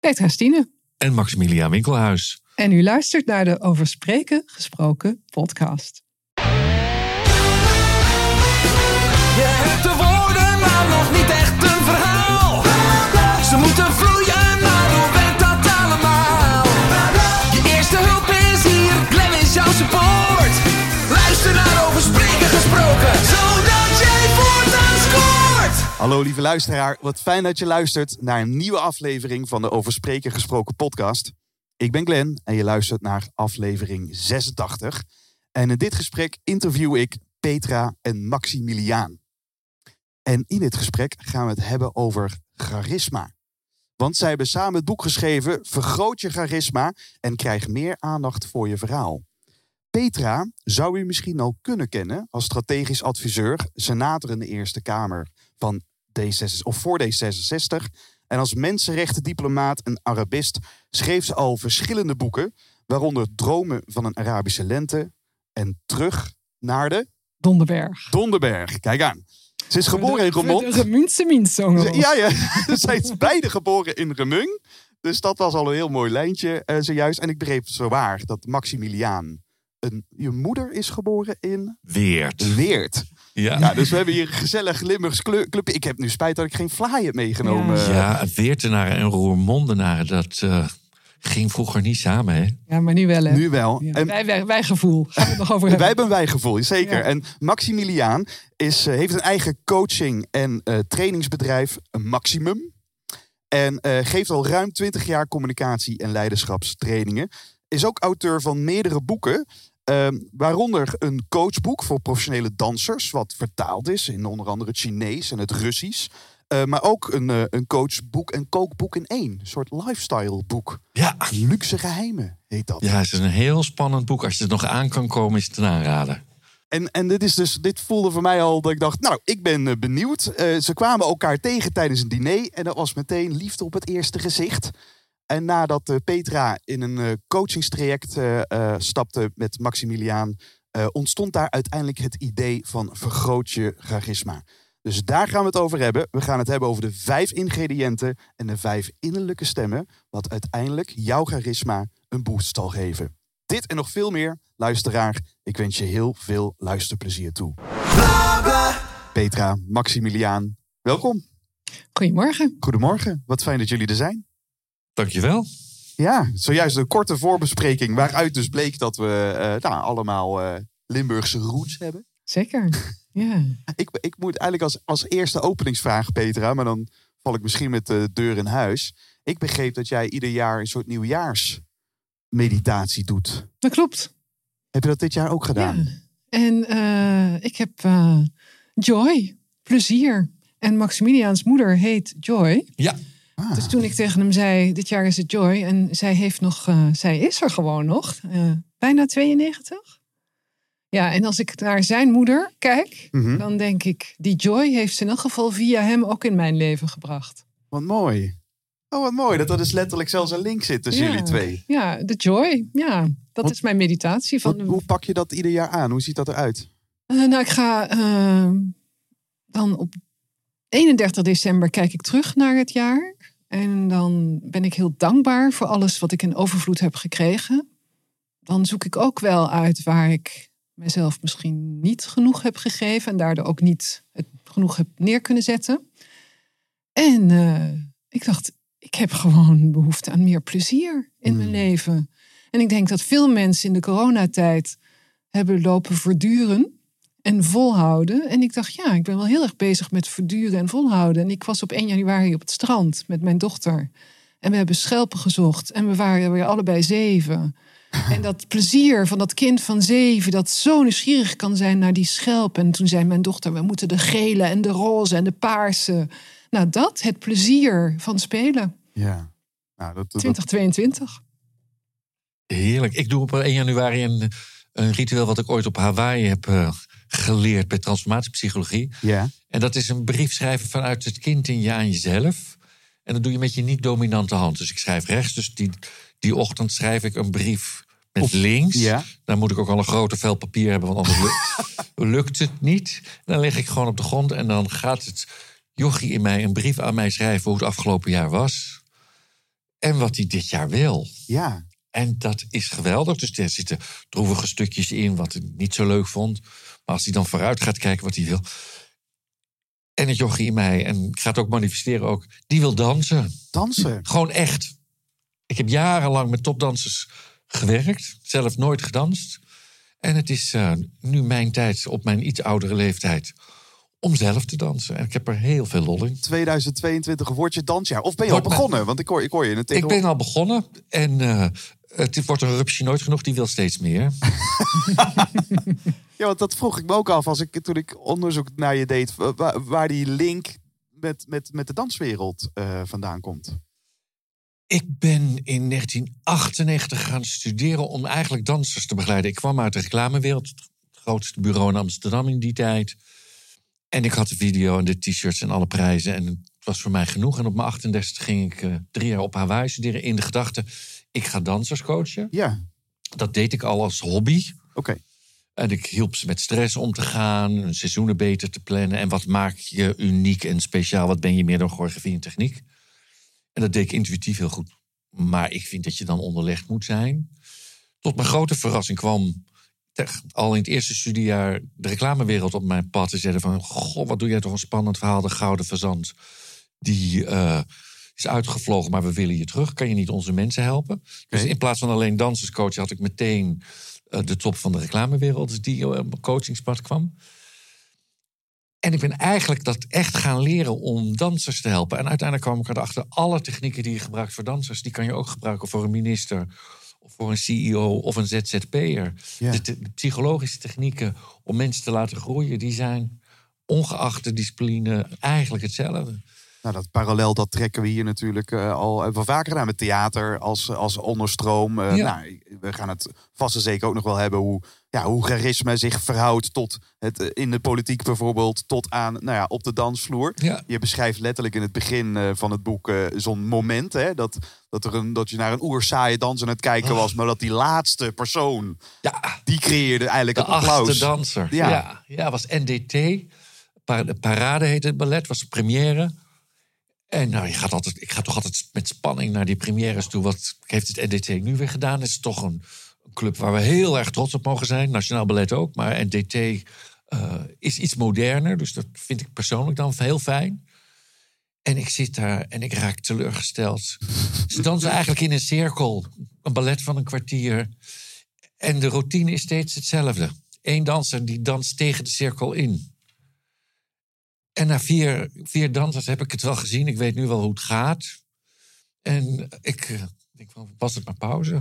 Petra Stine. En Maximiliaan Winkelhuis. En u luistert naar de Over Spreken Gesproken podcast. Je hebt de woorden, maar nog niet echt een verhaal. Ze moeten vloeien, maar hoe werkt dat allemaal? Je eerste hulp is hier, Glenn is jouw support. Luister naar Over Spreken Gesproken, zodat jij voortaan scoort. Hallo lieve luisteraar, wat fijn dat je luistert naar een nieuwe aflevering van de Over Spreken Gesproken podcast. Ik ben Glenn en je luistert naar aflevering 86. En in dit gesprek interview ik Petra en Maximiliaan. En in dit gesprek gaan we het hebben over charisma. Want zij hebben samen het boek geschreven Vergroot je charisma en krijg meer aandacht voor je verhaal. Petra zou u misschien al kunnen kennen als strategisch adviseur, senator in de Eerste Kamer van voor D66. En als mensenrechtendiplomaat en Arabist schreef ze al verschillende boeken, waaronder Dromen van een Arabische Lente en Terug naar de Donderberg. Kijk aan. Ze is geboren in Remont. Ja. Zij is beide geboren in Remung. Dus dat was al een heel mooi lijntje zojuist. En ik begreep zowaar dat Maximiliaan, je moeder is geboren in Weert. Ja, dus we hebben hier een gezellig Limburgs clubje. Ik heb nu spijt dat ik geen fly heb meegenomen. Ja, Weertenaren en Roermondenaren, dat ging vroeger niet samen, hè? Ja, maar nu wel, hè? Nu wel. Ja, en wijgevoel. Gaan we het nog over hebben. Wij hebben een wijgevoel, zeker. Ja. En Maximiliaan heeft een eigen coaching- en trainingsbedrijf, Maximum. En geeft al ruim 20 jaar communicatie- en leiderschapstrainingen. Is ook auteur van meerdere boeken. Waaronder een coachboek voor professionele dansers, wat vertaald is in onder andere het Chinees en het Russisch. Maar ook een coachboek en kookboek in één. Een soort lifestyle boek. Ja. Luxe geheimen heet dat. Ja, het is een heel spannend boek. Als je er nog aan kan komen, is het een aanrader. En dit voelde voor mij al dat ik dacht, nou, ik ben benieuwd. Ze kwamen elkaar tegen tijdens een diner en dat was meteen liefde op het eerste gezicht. En nadat Petra in een coachingstraject stapte met Maximiliaan, ontstond daar uiteindelijk het idee van vergroot je charisma. Dus daar gaan we het over hebben. We gaan het hebben over de 5 ingrediënten en de 5 innerlijke stemmen, wat uiteindelijk jouw charisma een boost zal geven. Dit en nog veel meer, luisteraar. Ik wens je heel veel luisterplezier toe. Petra, Maximiliaan, welkom. Goedemorgen. Goedemorgen, wat fijn dat jullie er zijn. Dankjewel. Ja, zojuist een korte voorbespreking waaruit dus bleek dat we allemaal Limburgse roots hebben. Zeker, ja. Ik moet eigenlijk als eerste openingsvraag, Petra, maar dan val ik misschien met de deur in huis. Ik begreep dat jij ieder jaar een soort nieuwjaarsmeditatie doet. Dat klopt. Heb je dat dit jaar ook gedaan? Ja. En ik heb Joy, plezier. En Maximiliaans moeder heet Joy. Ja. Dus toen ik tegen hem zei, dit jaar is het Joy. En zij is er gewoon nog. Bijna 92. Ja, en als ik naar zijn moeder kijk, dan denk ik, die Joy heeft ze in elk geval via hem ook in mijn leven gebracht. Wat mooi. Oh, wat mooi dat er dus letterlijk zelfs een link zit tussen jullie twee. Ja, de Joy. Ja, dat is mijn meditatie. Hoe pak je dat ieder jaar aan? Hoe ziet dat eruit? Ik ga dan op 31 december kijk ik terug naar het jaar. En dan ben ik heel dankbaar voor alles wat ik in overvloed heb gekregen. Dan zoek ik ook wel uit waar ik mezelf misschien niet genoeg heb gegeven. En daardoor ook niet het genoeg heb neer kunnen zetten. En ik dacht, ik heb gewoon behoefte aan meer plezier in mijn leven. En ik denk dat veel mensen in de coronatijd hebben lopen verduren en volhouden. En ik dacht, ja, ik ben wel heel erg bezig met verduren en volhouden. En ik was op 1 januari op het strand met mijn dochter. En we hebben schelpen gezocht. En we waren weer allebei 7. En dat plezier van dat kind van 7... dat zo nieuwsgierig kan zijn naar die schelp. En toen zei mijn dochter, we moeten de gele en de roze en de paarse. Nou, het plezier van spelen. Ja. Nou, 2022. Heerlijk. Ik doe op 1 januari een ritueel wat ik ooit op Hawaii heb geleerd bij transformatiepsychologie. Ja. En dat is een brief schrijven vanuit het kind in je aan jezelf. En dat doe je met je niet-dominante hand. Dus ik schrijf rechts. Dus die ochtend schrijf ik een brief met links. Ja. Dan moet ik ook al een grote vel papier hebben, want anders lukt het niet. Dan lig ik gewoon op de grond en dan gaat het jochie in mij een brief aan mij schrijven hoe het afgelopen jaar was. En wat hij dit jaar wil. Ja. En dat is geweldig. Dus er zitten droevige stukjes in wat ik niet zo leuk vond. Maar als hij dan vooruit gaat kijken wat hij wil. En het jochie in mij, en ik ga het ook manifesteren ook, die wil dansen. Dansen? Gewoon echt. Ik heb jarenlang met topdansers gewerkt. Zelf nooit gedanst. En het is nu mijn tijd, op mijn iets oudere leeftijd, om zelf te dansen. En ik heb er heel veel lol in. 2022 wordt je dansjaar. Of ben je al begonnen? Want ik hoor je in het Ik ben al begonnen. En het wordt een rupsje nooit genoeg. Die wil steeds meer. Ja, want dat vroeg ik me ook af toen ik onderzoek naar je deed. Waar die link met de danswereld vandaan komt. Ik ben in 1998 gaan studeren om eigenlijk dansers te begeleiden. Ik kwam uit de reclamewereld. Het grootste bureau in Amsterdam in die tijd. En ik had de video en de t-shirts en alle prijzen. En het was voor mij genoeg. En op mijn 38 ging ik 3 jaar op Hawaii studeren. In de gedachte, ik ga dansers coachen. Ja. Dat deed ik al als hobby. Oké. En ik hielp ze met stress om te gaan. Hun seizoenen beter te plannen. En wat maakt je uniek en speciaal? Wat ben je meer dan choreografie en techniek? En dat deed ik intuïtief heel goed. Maar ik vind dat je dan onderlegd moet zijn. Tot mijn grote verrassing kwam al in het eerste studiejaar de reclamewereld op mijn pad. En zeiden van, goh, wat doe jij toch een spannend verhaal. De Gouden Fazant, die is uitgevlogen, maar we willen je terug. Kan je niet onze mensen helpen? Dus in plaats van alleen danserscoach had ik meteen de top van de reclamewereld die op mijn coachingspad kwam. En ik ben eigenlijk dat echt gaan leren om dansers te helpen. En uiteindelijk kwam ik erachter, alle technieken die je gebruikt voor dansers, die kan je ook gebruiken voor een minister, of voor een CEO of een ZZP'er. Ja. De psychologische technieken om mensen te laten groeien, die zijn ongeacht de discipline eigenlijk hetzelfde. Nou, dat parallel, dat trekken we hier natuurlijk al hebben we vaker gedaan met theater als onderstroom. Nou, we gaan het vast en zeker ook nog wel hebben hoe charisma zich verhoudt tot het in de politiek bijvoorbeeld, tot aan op de dansvloer. Ja. Je beschrijft letterlijk in het begin van het boek zo'n moment, hè, dat je naar een oersaaie dans aan het kijken was, maar dat die laatste persoon, die creëerde eigenlijk de het applaus. De danser. Ja, was NDT. Parade heette het ballet, was de première. En nou, ik ga toch altijd met spanning naar die premières toe. Wat heeft het NDT nu weer gedaan? Het is toch een club waar we heel erg trots op mogen zijn. Nationaal Ballet ook. Maar NDT is iets moderner. Dus dat vind ik persoonlijk dan heel fijn. En ik zit daar en ik raak teleurgesteld. Ze dansen eigenlijk in een cirkel. Een ballet van een kwartier. En de routine is steeds hetzelfde. Eén danser die danst tegen de cirkel in. En na vier dansers heb ik het wel gezien. Ik weet nu wel hoe het gaat. En ik denk van, was het maar pauze?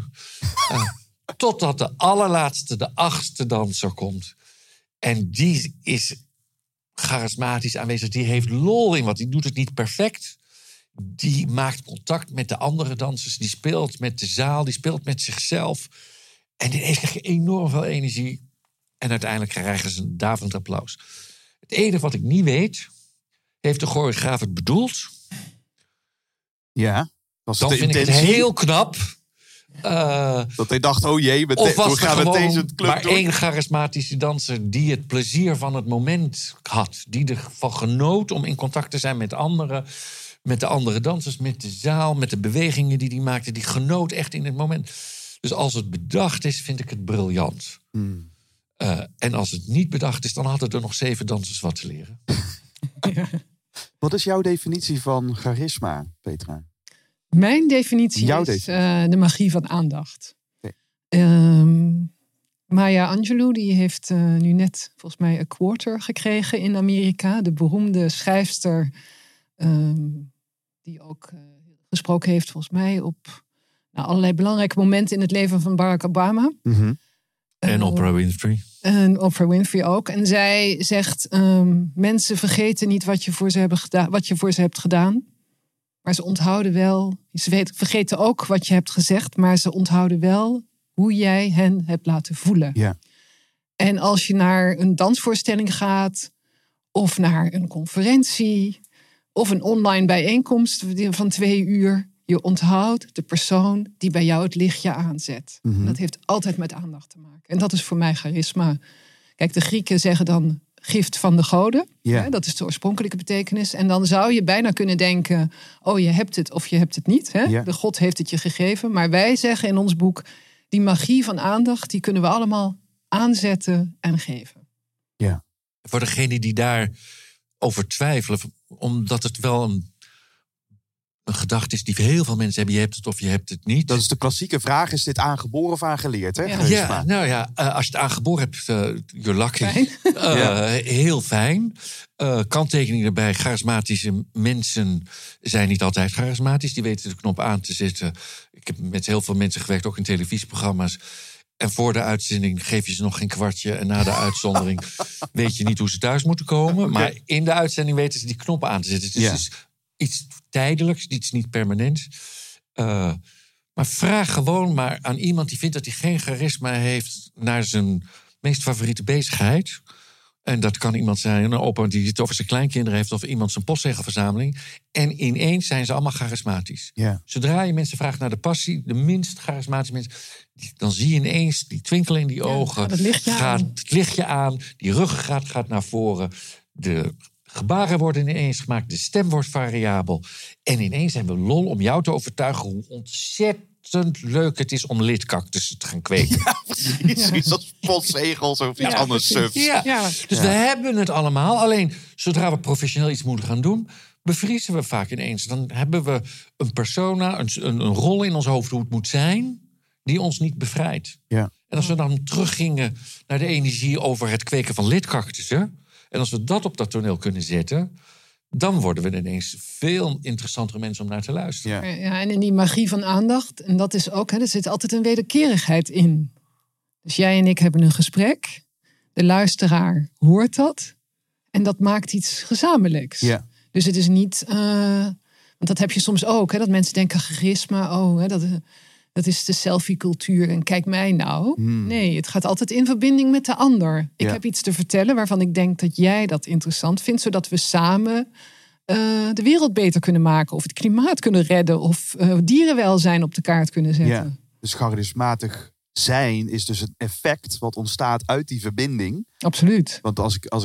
Totdat de allerlaatste, de 8e danser komt. En die is charismatisch aanwezig. Die heeft lol in wat. Die doet het niet perfect. Die maakt contact met de andere dansers. Die speelt met de zaal. Die speelt met zichzelf. En ineens krijg je enorm veel energie. En uiteindelijk krijgen ze een daverend applaus. Het enige wat ik niet weet, heeft de choreograaf het bedoeld? Ja. Was dan de vind intentie? Ik het heel knap. Dat hij dacht, oh jee, of was we gaan met deze club maar door? één charismatische danser die het plezier van het moment had. Die ervan genoot om in contact te zijn met anderen. Met de andere dansers, met de zaal, met de bewegingen die hij maakte. Die genoot echt in het moment. Dus als het bedacht is, vind ik het briljant. En als het niet bedacht is, dan hadden er nog 7 dansers wat te leren. Ja. Wat is jouw definitie van charisma, Petra? Mijn definitie Jouw is definitie. de magie van aandacht. Okay. Maya Angelou die heeft nu net volgens mij een Quarter gekregen in Amerika. De beroemde schrijfster die ook gesproken heeft volgens mij op allerlei belangrijke momenten in het leven van Barack Obama. Mm-hmm. En Oprah Winfrey. En Oprah Winfrey ook. En zij zegt, mensen vergeten niet wat je voor ze hebt gedaan. Maar ze onthouden wel. Ze vergeten ook wat je hebt gezegd. Maar ze onthouden wel hoe jij hen hebt laten voelen. Ja. En als je naar een dansvoorstelling gaat. Of naar een conferentie. Of een online bijeenkomst van 2 uur. Je onthoudt de persoon die bij jou het lichtje aanzet. Mm-hmm. Dat heeft altijd met aandacht te maken. En dat is voor mij charisma. Kijk, de Grieken zeggen dan gift van de goden. Ja. Hè, dat is de oorspronkelijke betekenis. En dan zou je bijna kunnen denken, oh, je hebt het of je hebt het niet. Hè? Ja. De God heeft het je gegeven. Maar wij zeggen in ons boek, die magie van aandacht, die kunnen we allemaal aanzetten en geven. Ja. Voor degenen die daarover twijfelen, omdat het wel een gedachte is die heel veel mensen hebben. Je hebt het of je hebt het niet. Dat is de klassieke vraag. Is dit aangeboren of aangeleerd? Hè? Ja. Ja, nou ja, als je het aangeboren hebt, you're lucky. Fijn. Heel fijn. Kanttekening erbij, charismatische mensen zijn niet altijd charismatisch. Die weten de knop aan te zetten. Ik heb met heel veel mensen gewerkt, ook in televisieprogramma's. En voor de uitzending geef je ze nog geen kwartje. En na de uitzondering weet je niet hoe ze thuis moeten komen. Maar in de uitzending weten ze die knop aan te zetten. Dus het is iets tijdelijks, iets niet permanents. Maar vraag gewoon maar aan iemand die vindt dat hij geen charisma heeft naar zijn meest favoriete bezigheid. En dat kan iemand zijn, een opa die het over zijn kleinkinderen heeft, of iemand zijn postzegelverzameling. En ineens zijn ze allemaal charismatisch. Ja. Zodra je mensen vraagt naar de passie, de minst charismatische mensen, dan zie je ineens die twinkel in die ogen. gaat het lichtje aan. Die ruggengraat gaat naar voren. De gebaren worden ineens gemaakt. De stem wordt variabel. En ineens hebben we lol om jou te overtuigen hoe ontzettend leuk het is om lidcactussen te gaan kweken. Ja, precies. Iets als postzegels of iets anders sufs. Ja. Dus we hebben het allemaal. Alleen zodra we professioneel iets moeten gaan doen, bevriezen we vaak ineens. Dan hebben we een persona, een rol in ons hoofd hoe het moet zijn, die ons niet bevrijdt. Ja. En als we dan teruggingen naar de energie over het kweken van lidcactussen, en als we dat op dat toneel kunnen zetten, dan worden we ineens veel interessantere mensen om naar te luisteren. Ja. Ja, en in die magie van aandacht, en dat is ook, er zit altijd een wederkerigheid in. Dus jij en ik hebben een gesprek, de luisteraar hoort dat, en dat maakt iets gezamenlijks. Ja. Dus het is niet, want dat heb je soms ook, dat mensen denken charisma, dat is de selfie-cultuur en kijk mij nou. Nee, het gaat altijd in verbinding met de ander. Ik heb iets te vertellen waarvan ik denk dat jij dat interessant vindt, zodat we samen de wereld beter kunnen maken, of het klimaat kunnen redden, of dierenwelzijn op de kaart kunnen zetten. Ja. Dus charismatisch zijn is dus het effect wat ontstaat uit die verbinding. Absoluut. Want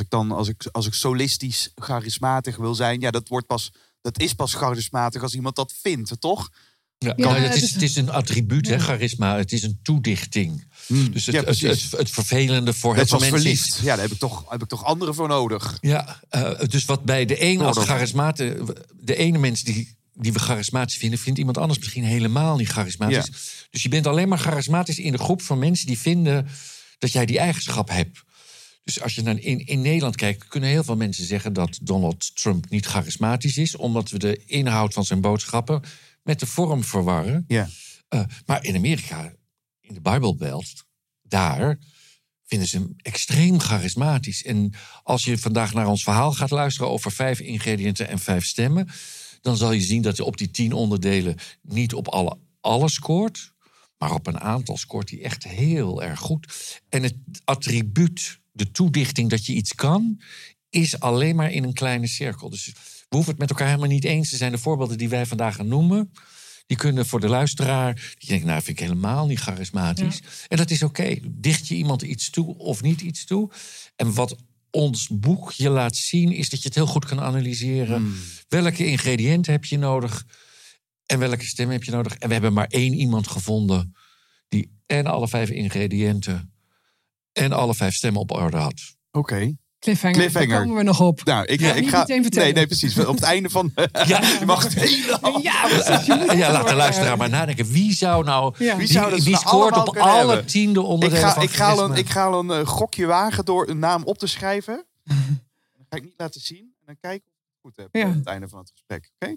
als ik solistisch charismatisch wil zijn, ja, dat is pas charismatisch als iemand dat vindt, toch? Ja, Ja, het is een attribuut, hè, charisma. Het is een toedichting. Dus het vervelende voor heel veel mensen verliefd. Ja, daar heb ik toch anderen voor nodig. Ja, dus wat bij de een als charismatisch, de ene mens die we charismatisch vinden, vindt iemand anders misschien helemaal niet charismatisch. Ja. Dus je bent alleen maar charismatisch in de groep van mensen die vinden dat jij die eigenschap hebt. Dus als je naar in Nederland kijkt, kunnen heel veel mensen zeggen dat Donald Trump niet charismatisch is, omdat we de inhoud van zijn boodschappen met de vorm verwarren. Ja. Maar in Amerika, in de Bijbelbelt, daar vinden ze hem extreem charismatisch. En als je vandaag naar ons verhaal gaat luisteren over 5 ingrediënten en 5 stemmen, dan zal je zien dat hij op die 10 onderdelen niet op alles scoort, maar op een aantal scoort hij echt heel erg goed. En het attribuut, de toedichting dat je iets kan, is alleen maar in een kleine cirkel. Dus we hoeven het met elkaar helemaal niet eens te zijn. De voorbeelden die wij vandaag gaan noemen, die kunnen voor de luisteraar, die denkt, nou, vind ik helemaal niet charismatisch. Ja. En dat is oké. Dicht je iemand iets toe of niet iets toe? En wat ons boek je laat zien, is dat je het heel goed kan analyseren. Welke ingrediënten heb je nodig? En welke stem heb je nodig? En we hebben maar 1 iemand gevonden die en alle 5 ingrediënten en alle 5 stemmen op orde had. Oké. Cliffhanger. Daar komen we nog op. Nou, ik ga meteen vertellen. Nee, precies. Op het einde van. Je mag het helemaal. Laat de luisteraar maar nadenken. Wie zou nou. Ja. Wie scoort op alle 10e onderdelen van charisma? Ik ga een gokje wagen door een naam op te schrijven. Dat ga ik niet laten zien. En dan kijken of ik het goed heb aan het einde van het gesprek. Oké?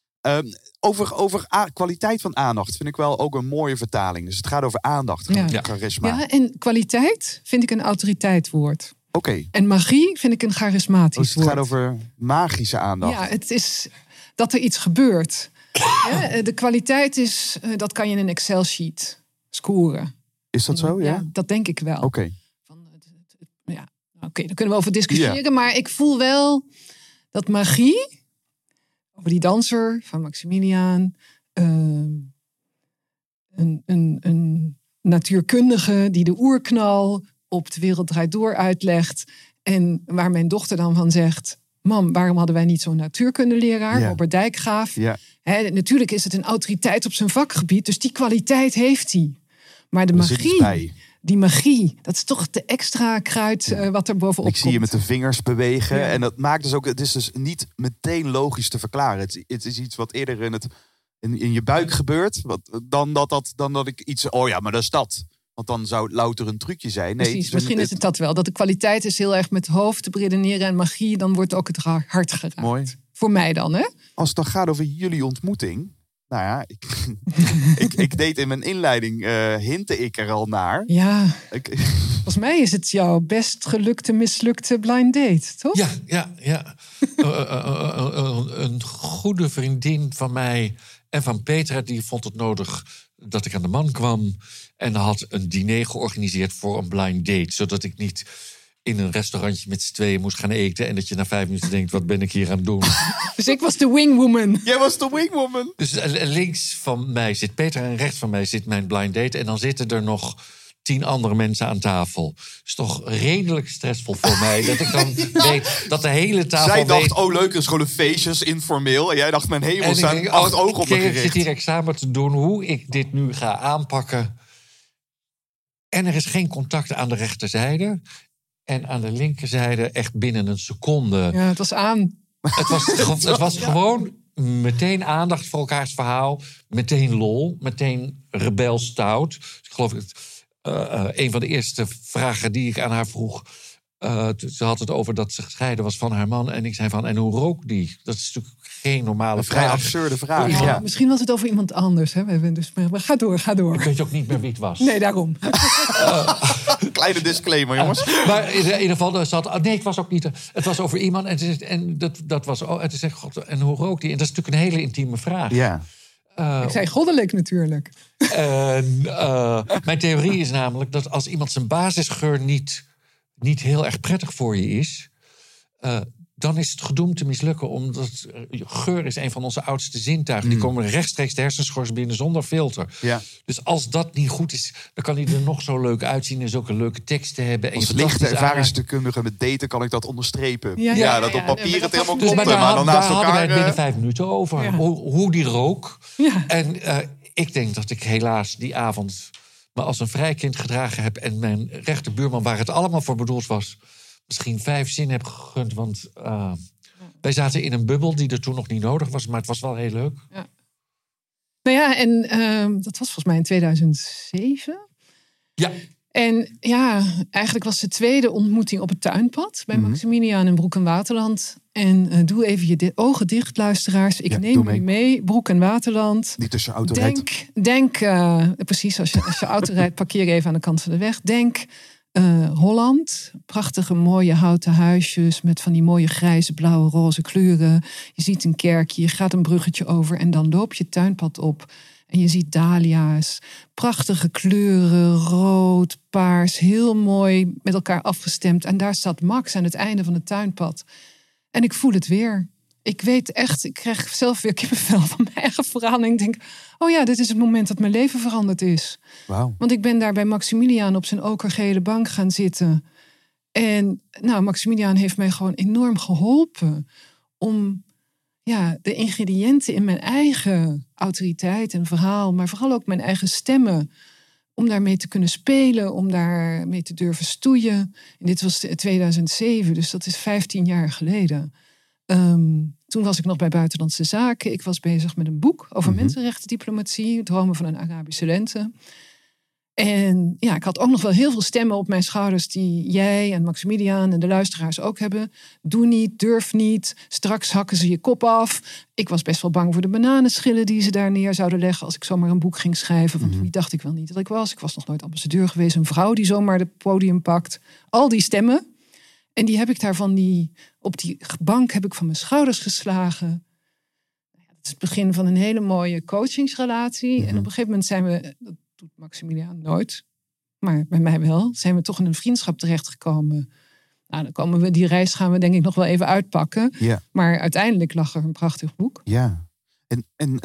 Over kwaliteit van aandacht vind ik wel ook een mooie vertaling. Dus het gaat over aandacht, charisma. Ja, en kwaliteit vind ik een autoriteitswoord. Oké. En magie vind ik een charismatisch woord. Het gaat over magische aandacht. Ja, het is dat er iets gebeurt. De kwaliteit is, dat kan je in een Excel-sheet scoren. Is dat zo, ja? Dat denk ik wel. Oké. Daar kunnen we over discussiëren. Ja. Maar ik voel wel dat magie, over die danser van Maximiliaan, een natuurkundige die de oerknal op De Wereld Draait Door uitlegt En waar mijn dochter dan van zegt... Mam, waarom hadden wij niet zo'n natuurkundeleraar? Ja. Robert Dijkgraaf. Ja. Natuurlijk is het een autoriteit op zijn vakgebied. Dus die kwaliteit heeft hij. Maar de Er zit iets magie, bij. die magie... dat is toch de extra kruid wat er bovenop Ik zie je met de vingers bewegen. Ja. En dat maakt dus ook... Het is dus niet meteen logisch te verklaren. Het is iets wat eerder in je buik gebeurt. Dan dat ik iets... Oh ja, maar dat is dat. Want dan zou het louter een trucje zijn. Nee, Precies, misschien is het dat wel. Dat de kwaliteit is heel erg met hoofd te beredeneren en magie. Dan wordt ook het hart geraakt. Mooi. Voor mij dan, hè? Als het dan gaat over jullie ontmoeting... Nou ja, ik deed in mijn inleiding... hintte ik er al naar. Ja, volgens mij is het jouw best gelukte, mislukte blind date, toch? Ja. Een goede vriendin van mij en van Petra... die vond het nodig dat ik aan de man kwam... en had een diner georganiseerd voor een blind date... zodat ik niet in een restaurantje met z'n tweeën moest gaan eten... en dat je na 5 minuten denkt, wat ben ik hier aan het doen? Dus ik was de wingwoman. Jij was de wingwoman. Dus links van mij zit Petra en rechts van mij zit mijn blind date... en dan zitten er nog 10 andere mensen aan tafel. Het is toch redelijk stressvol voor mij... dat ik dan weet dat de hele tafel Zij dacht, weet... oh leuk, het is gewoon een feestje, is informeel. En jij dacht, mijn hemel, er staan 8 ogen op me Ik gericht. zit hier examen te doen hoe ik dit nu ga aanpakken. En er is geen contact aan de rechterzijde. En aan de linkerzijde echt binnen een seconde. Ja, het was aan. Het was gewoon meteen aandacht voor elkaars verhaal. Meteen lol, meteen rebelstout. Dus ik geloof dat een van de eerste vragen die ik aan haar vroeg... ze had het over dat ze gescheiden was van haar man. En ik zei van, en hoe rook die? Dat is natuurlijk geen normale Een vrij vraag. absurde vraag. Ja, Ja. Misschien was het over iemand anders. Hè? Maar ga door. Ik weet ook niet meer wie het was. Nee, daarom. Kleine disclaimer, jongens. Maar in ieder geval, nee, het was ook niet... Het was over iemand en dat was... En toen zei ik, god, en hoe rookt die? En dat is natuurlijk een hele intieme vraag. Ja. Ik zei goddelijk natuurlijk. Mijn theorie is namelijk dat als iemand zijn basisgeur niet heel erg prettig voor je is... dan is het gedoemd te mislukken. Omdat geur is een van onze oudste zintuigen. Die komen rechtstreeks de hersenschors binnen zonder filter. Ja. Dus als dat niet goed is, dan kan hij er nog zo leuk uitzien... en zulke leuke teksten hebben. En Als je lichte fantastisch ervaringsdeskundige met daten kan ik dat onderstrepen. Ja, Dat op papier het helemaal Dus klopt. maar Maar dan daar naast hadden wij elkaar... het binnen 5 minuten over. Ja. Hoe die rook. Ja. En ik denk dat ik helaas die avond me als een vrij kind gedragen heb... en mijn rechterbuurman, waar het allemaal voor bedoeld was... misschien 5 zin heb gegund. Want wij zaten in een bubbel die er toen nog niet nodig was. Maar het was wel heel leuk. Ja. Nou ja, en dat was volgens mij in 2007. Ja. En ja, eigenlijk was de tweede ontmoeting op het tuinpad... bij Maximiliaan in Broek en Waterland. En doe even je ogen dicht, luisteraars. Ik neem doe jullie mee, Broek en Waterland. Die tussen auto rijdt. Denk precies, als je auto rijdt, parkeer even aan de kant van de weg. Denk Holland. Prachtige, mooie houten huisjes met van die mooie grijze, blauwe, roze kleuren. Je ziet een kerkje, je gaat een bruggetje over en dan loop je het tuinpad op. En je ziet dahlia's, prachtige kleuren, rood, paars, heel mooi met elkaar afgestemd. En daar staat Max aan het einde van het tuinpad. En ik voel het weer. Ik weet echt, ik krijg zelf weer kippenvel van mijn eigen verhaal. En ik denk, oh ja, dit is het moment dat mijn leven veranderd is. Wauw. Want ik ben daar bij Maximiliaan op zijn okergele bank gaan zitten. En nou, Maximiliaan heeft mij gewoon enorm geholpen om de ingrediënten in mijn eigen autoriteit en verhaal, maar vooral ook mijn eigen stemmen, om daarmee te kunnen spelen, om daarmee te durven stoeien. En dit was 2007, dus dat is 15 jaar geleden. Toen was ik nog bij Buitenlandse Zaken. Ik was bezig met een boek over mensenrechtendiplomatie, Dromen van een Arabische Lente. En ja, ik had ook nog wel heel veel stemmen op mijn schouders die jij en Maximiliaan en de luisteraars ook hebben. Doe niet, durf niet, straks hakken ze je kop af. Ik was best wel bang voor de bananenschillen die ze daar neer zouden leggen als ik zomaar een boek ging schrijven. Want wie dacht ik wel niet dat ik was? Ik was nog nooit ambassadeur geweest. Een vrouw die zomaar het podium pakt. Al die stemmen. En die heb ik daar op die bank heb ik van mijn schouders geslagen. Het is het begin van een hele mooie coachingsrelatie. En op een gegeven moment zijn we, dat doet Maximiliaan nooit, maar bij mij wel, zijn we toch in een vriendschap terechtgekomen. Nou, dan komen we, die reis gaan we denk ik nog wel even uitpakken. Ja. Maar uiteindelijk lag er een prachtig boek. Ja.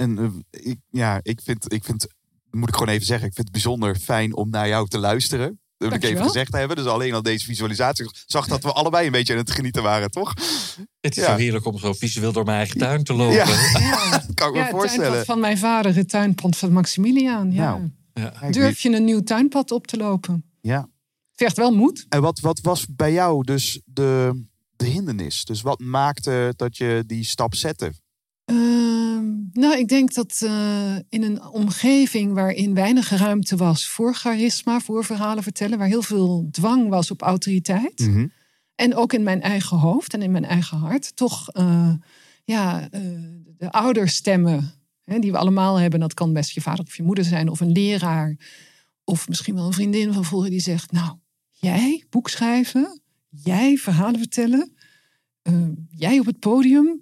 Ik vind, moet ik gewoon even zeggen, ik vind het bijzonder fijn om naar jou te luisteren. Dat wil ik even Dankjewel. gezegd hebben. Dus alleen al deze visualisatie zag dat we allebei een beetje aan het genieten waren, toch? Het is Ja. zo heerlijk om zo visueel door mijn eigen tuin te lopen. Ja. Ja, Dat kan ik me het voorstellen. tuinpad van mijn vader, het tuinpad van Maximiliaan. Ja. Nou, Ja. Kijk, Durf je een nieuw tuinpad op te lopen? Ja. Het vergt wel moed. En wat was bij jou dus de hindernis? Dus wat maakte dat je die stap zette? Nou, ik denk dat in een omgeving waarin weinig ruimte was voor charisma, voor verhalen vertellen, waar heel veel dwang was op autoriteit. Mhm. En ook in mijn eigen hoofd en in mijn eigen hart. Toch de ouderstemmen die we allemaal hebben. Dat kan best je vader of je moeder zijn of een leraar. Of misschien wel een vriendin van vroeger die zegt, nou, jij boek schrijven, jij verhalen vertellen, jij op het podium.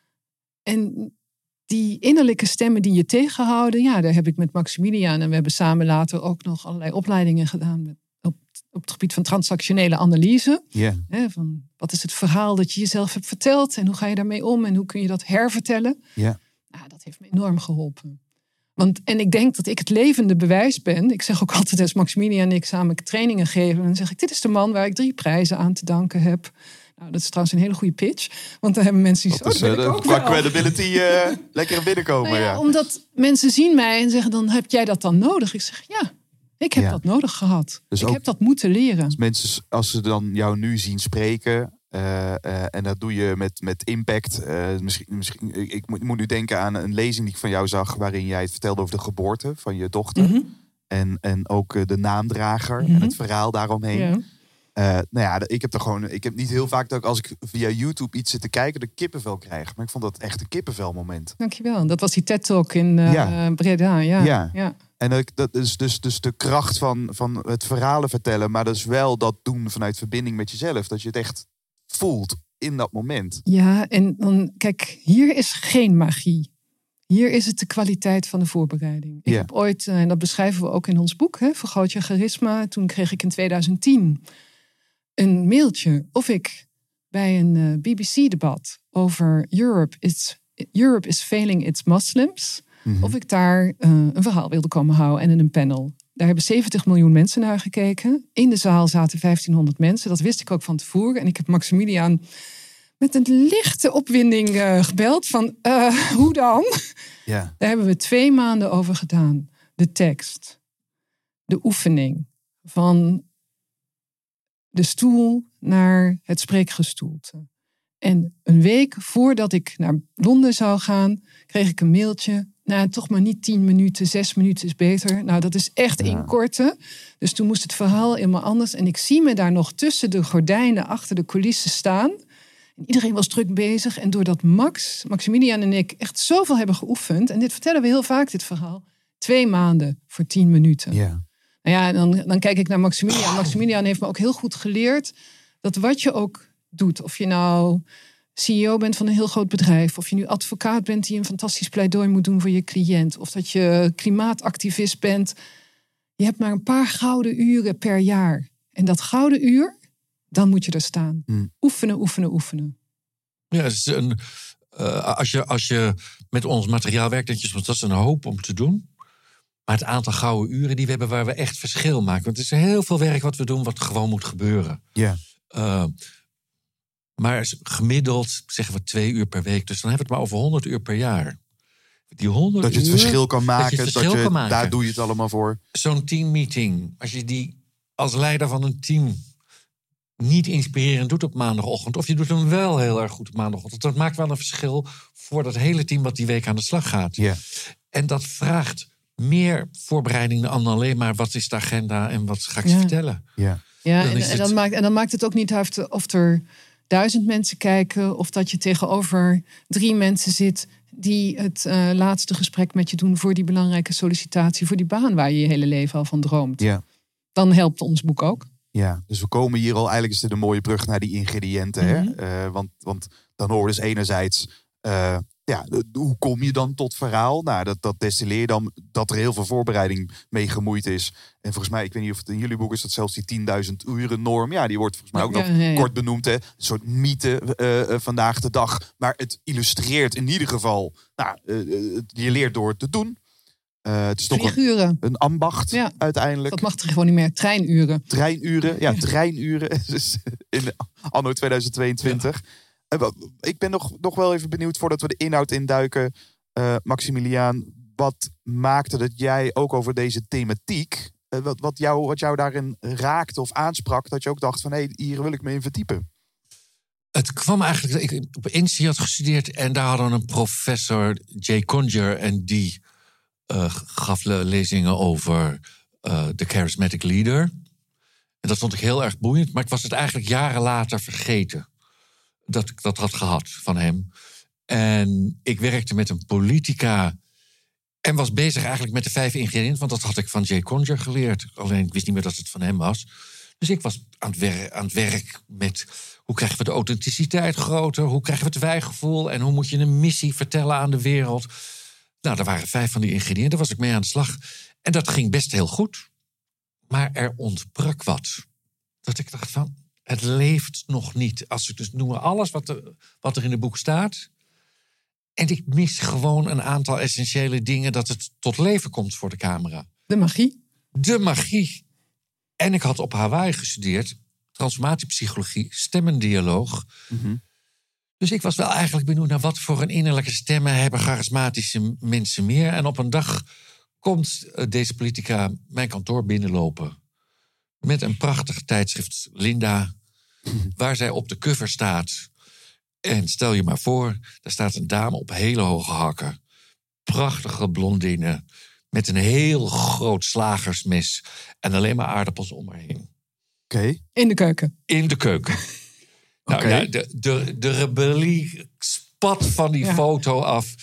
En die innerlijke stemmen die je tegenhouden, ja, daar heb ik met Maximiliaan en we hebben samen later ook nog allerlei opleidingen gedaan op het gebied van transactionele analyse. Ja. Van wat is het verhaal dat je jezelf hebt verteld en hoe ga je daarmee om en hoe kun je dat hervertellen? Ja. Nou, dat heeft me enorm geholpen. En ik denk dat ik het levende bewijs ben. Ik zeg ook altijd als Maximiliaan en ik samen trainingen geven, dan zeg ik, dit is de man waar ik 3 prijzen aan te danken heb. Nou, dat is trouwens een hele goede pitch. Want dan hebben mensen die Dus qua credibility lekker binnenkomen. Nou ja. Omdat mensen zien mij en zeggen dan, heb jij dat dan nodig? Ik zeg, ja, ik heb dat nodig gehad. Dus ik ook- heb dat moeten leren. Als mensen, als ze dan jou nu zien spreken, en dat doe je met impact. Misschien, ik moet nu denken aan een lezing die ik van jou zag, waarin jij het vertelde over de geboorte van je dochter. Mhm. En ook de naamdrager en Mhm. het verhaal daaromheen. Ja. Nou ja, ik heb niet heel vaak dat ik als ik via YouTube iets zit te kijken, de kippenvel krijg. Maar ik vond dat echt een kippenvelmoment. Dankjewel. Dat was die TED-talk in Breda. Ja. Ja. Ja. En dat is dus de kracht van het verhalen vertellen, maar dus wel dat doen vanuit verbinding met jezelf. Dat je het echt voelt in dat moment. Ja, en dan, kijk, hier is geen magie. Hier is het de kwaliteit van de voorbereiding. Ik Ja. heb ooit, en dat beschrijven we ook in ons boek, Vergroot je charisma. Toen kreeg ik in 2010 een mailtje of ik bij een BBC-debat over Europe is failing its Muslims, of ik daar een verhaal wilde komen houden en in een panel. Daar hebben 70 miljoen mensen naar gekeken. In de zaal zaten 1500 mensen. Dat wist ik ook van tevoren. En ik heb Maximiliaan met een lichte opwinding gebeld van, hoe dan? Ja. Daar hebben we 2 maanden over gedaan. De tekst, de oefening van de stoel naar het spreekgestoelte. En een week voordat ik naar Londen zou gaan, kreeg ik een mailtje. Nou, toch maar niet 10 minuten, 6 minuten is beter. Nou, dat is echt inkorten. Dus toen moest het verhaal helemaal anders. En ik zie me daar nog tussen de gordijnen achter de coulissen staan. En iedereen was druk bezig. En doordat Maximiliaan en ik echt zoveel hebben geoefend. En dit vertellen we heel vaak, dit verhaal. 2 maanden voor 10 minuten. Ja. Nou ja, dan kijk ik naar Maximiliaan. Maximiliaan heeft me ook heel goed geleerd dat wat je ook doet, of je nou CEO bent van een heel groot bedrijf, of je nu advocaat bent die een fantastisch pleidooi moet doen voor je cliënt, of dat je klimaatactivist bent, je hebt maar een paar gouden uren per jaar. En dat gouden uur, dan moet je er staan. Oefenen, oefenen, oefenen. Ja, dus als je met ons materiaal werkt, denk je soms, dat is een hoop om te doen. Maar het aantal gouden uren die we hebben waar we echt verschil maken. Want het is heel veel werk wat we doen wat gewoon moet gebeuren. Ja. Maar gemiddeld zeggen we 2 uur per week. Dus dan hebben we het maar over 100 uur per jaar. Die 100 Dat je het uur, verschil kan maken. dat je het verschil kan maken. Daar doe je het allemaal voor. Zo'n teammeeting, als je die als leider van een team niet inspirerend doet op maandagochtend, of je doet hem wel heel erg goed op maandagochtend, dat maakt wel een verschil voor dat hele team wat die week aan de slag gaat. Ja. En dat vraagt meer voorbereiding dan alleen maar wat is de agenda en wat ga ik je vertellen. Ja. Ja, Dan is en het- dan maakt het ook niet uit of er 1000 mensen kijken, of dat je tegenover 3 mensen zit die het laatste gesprek met je doen voor die belangrijke sollicitatie, voor die baan waar je je hele leven al van droomt. Ja. Dan helpt ons boek ook. Ja, dus we komen hier al, eigenlijk is dit een mooie brug naar die ingrediënten. Hè? Want dan hoor je dus enerzijds, hoe kom je dan tot verhaal? Nou, dat destilleer je dan, dat er heel veel voorbereiding mee gemoeid is. En volgens mij, ik weet niet of het in jullie boek is, dat zelfs die 10.000 uren norm, ja, die wordt volgens mij ook nog kort benoemd. Hè? Een soort mythe vandaag de dag. Maar het illustreert in ieder geval, je leert door het te doen. Het is toch vlieguren. een ambacht uiteindelijk. Dat mag er gewoon niet meer. Treinuren. Treinuren. Dus in anno 2022. Ik ben nog wel even benieuwd voordat we de inhoud induiken. Maximiliaan, wat maakte dat jij ook over deze thematiek... Wat jou daarin raakte of aansprak... dat je ook dacht van, hier wil ik me in verdiepen? Het kwam eigenlijk... Ik op INSEE had gestudeerd... en daar hadden we een professor, Jay Conger... en die gaf lezingen over de charismatic leader. En dat vond ik heel erg boeiend... maar ik was het eigenlijk jaren later vergeten... dat ik dat had gehad van hem. En ik werkte met een politica... en was bezig eigenlijk met de 5 ingrediënten... want dat had ik van Jay Conger geleerd. Alleen ik wist niet meer dat het van hem was. Dus ik was aan het werk met... hoe krijgen we de authenticiteit groter? Hoe krijgen we het wijgevoel? En hoe moet je een missie vertellen aan de wereld? Nou, er waren 5 van die ingrediënten. Daar was ik mee aan de slag. En dat ging best heel goed. Maar er ontbrak wat. Dat ik dacht van, het leeft nog niet. Als ik dus noem alles wat er in het boek staat... en ik mis gewoon een aantal essentiële dingen... dat het tot leven komt voor de camera. De magie. De magie. En ik had op Hawaii gestudeerd... transformatiepsychologie, stemmendialoog. Mm-hmm. Dus ik was wel eigenlijk benieuwd... naar wat voor een innerlijke stemmen... hebben charismatische mensen meer. En op een dag komt deze politica mijn kantoor binnenlopen... met een prachtig tijdschrift, Linda... waar zij op de cover staat... En stel je maar voor, daar staat een dame op hele hoge hakken. Prachtige blondine. Met een heel groot slagersmes. En alleen maar aardappels om haar heen. Oké. In de keuken. In de keuken. Nou ja, de rebellie spat van die foto af.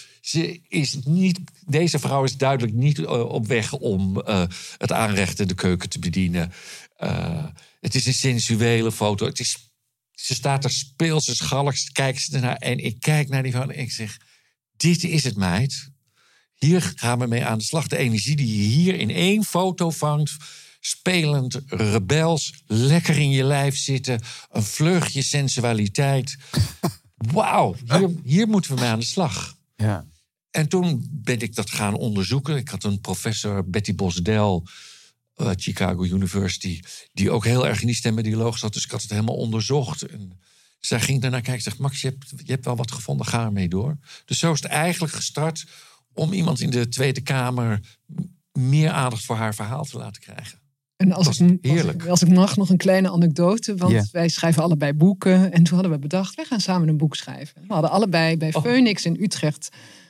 Deze vrouw is duidelijk niet op weg om het aanrecht in de keuken te bedienen. Het is een sensuele foto. Ze staat er speels, ze schalks, kijkt ze ernaar. En ik kijk naar die vrouw en ik zeg... dit is het, meid. Hier gaan we mee aan de slag. De energie die je hier in 1 foto vangt... spelend, rebels, lekker in je lijf zitten... een vleugje sensualiteit. Wauw, hier moeten we mee aan de slag. Ja. En toen ben ik dat gaan onderzoeken. Ik had een professor, Betty Bosdell... Chicago University, die ook heel erg in die stemmendialoog zat. Dus ik had het helemaal onderzocht. En zij ging daarna kijken en zegt... Max, je hebt wel wat gevonden, ga ermee door. Dus zo is het eigenlijk gestart... om iemand in de Tweede Kamer... meer aandacht voor haar verhaal te laten krijgen. En als ik mag, nog een kleine anekdote. Want wij schrijven allebei boeken. En toen hadden we bedacht, wij gaan samen een boek schrijven. We hadden allebei bij Phoenix in Utrecht...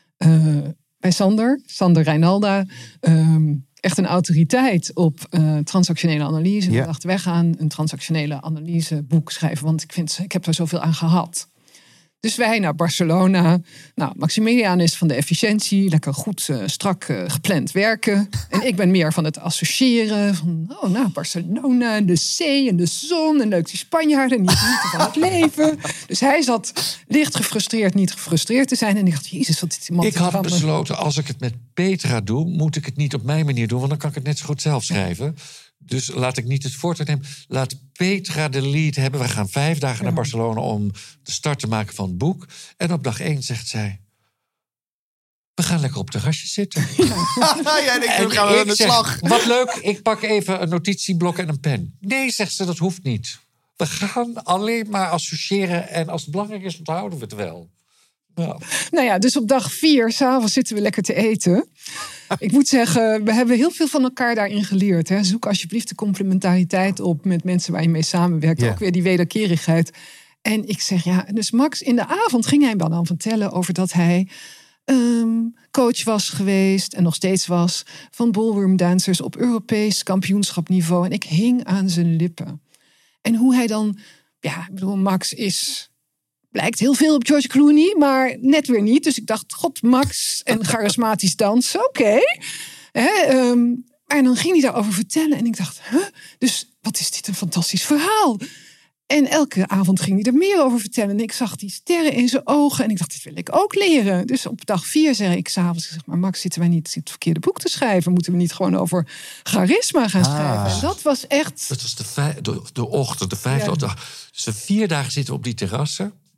bij Sander Reinalda... echt een autoriteit op transactionele analyse. We dachten, wij gaan een transactionele analyseboek schrijven. Want ik heb er zoveel aan gehad. Dus wij naar Barcelona. Nou, Maximiliaan is van de efficiëntie. Lekker goed, strak gepland werken. En ik ben meer van het associëren. Van, Barcelona en de zee en de zon. En leuk die Spanjaarden. Niet genieten van het leven. Dus hij zat licht gefrustreerd, niet gefrustreerd te zijn. En ik dacht, jezus, wat is die man. Ik had besloten, als ik het met Petra doe... moet ik het niet op mijn manier doen. Want dan kan ik het net zo goed zelf schrijven. Dus laat ik niet het voortouw nemen. Laat Petra de lead hebben. We gaan 5 dagen naar Barcelona om de start te maken van het boek. En op dag 1 zegt zij... we gaan lekker op het terrasje zitten. Jij denkt, we gaan aan de slag. Wat leuk, ik pak even een notitieblok en een pen. Nee, zegt ze, dat hoeft niet. We gaan alleen maar associëren. En als het belangrijk is, onthouden we het wel. Nou ja, dus op dag 4, 's avonds zitten we lekker te eten. Ik moet zeggen, we hebben heel veel van elkaar daarin geleerd. Hè. Zoek alsjeblieft de complementariteit op met mensen waar je mee samenwerkt. Ook weer die wederkerigheid. En ik zeg, dus Max, in de avond ging hij dan vertellen over dat hij coach was geweest en nog steeds was van ballroom dancers op Europees kampioenschapniveau. En ik hing aan zijn lippen. En hoe hij dan, Max blijkt heel veel op George Clooney, maar net weer niet. Dus ik dacht, god, Max en charismatisch dansen, oké. Maar dan ging hij daarover vertellen en ik dacht, dus wat is dit een fantastisch verhaal. En elke avond ging hij er meer over vertellen. En ik zag die sterren in zijn ogen en ik dacht, dit wil ik ook leren. Dus op dag 4 zei ik 's avonds, maar Max, zitten wij niet het verkeerde boek te schrijven? Moeten we niet gewoon over charisma gaan schrijven? En dat was echt... Dat was de ochtend, de 5e dag. Dus 4 dagen zitten we op die terrassen.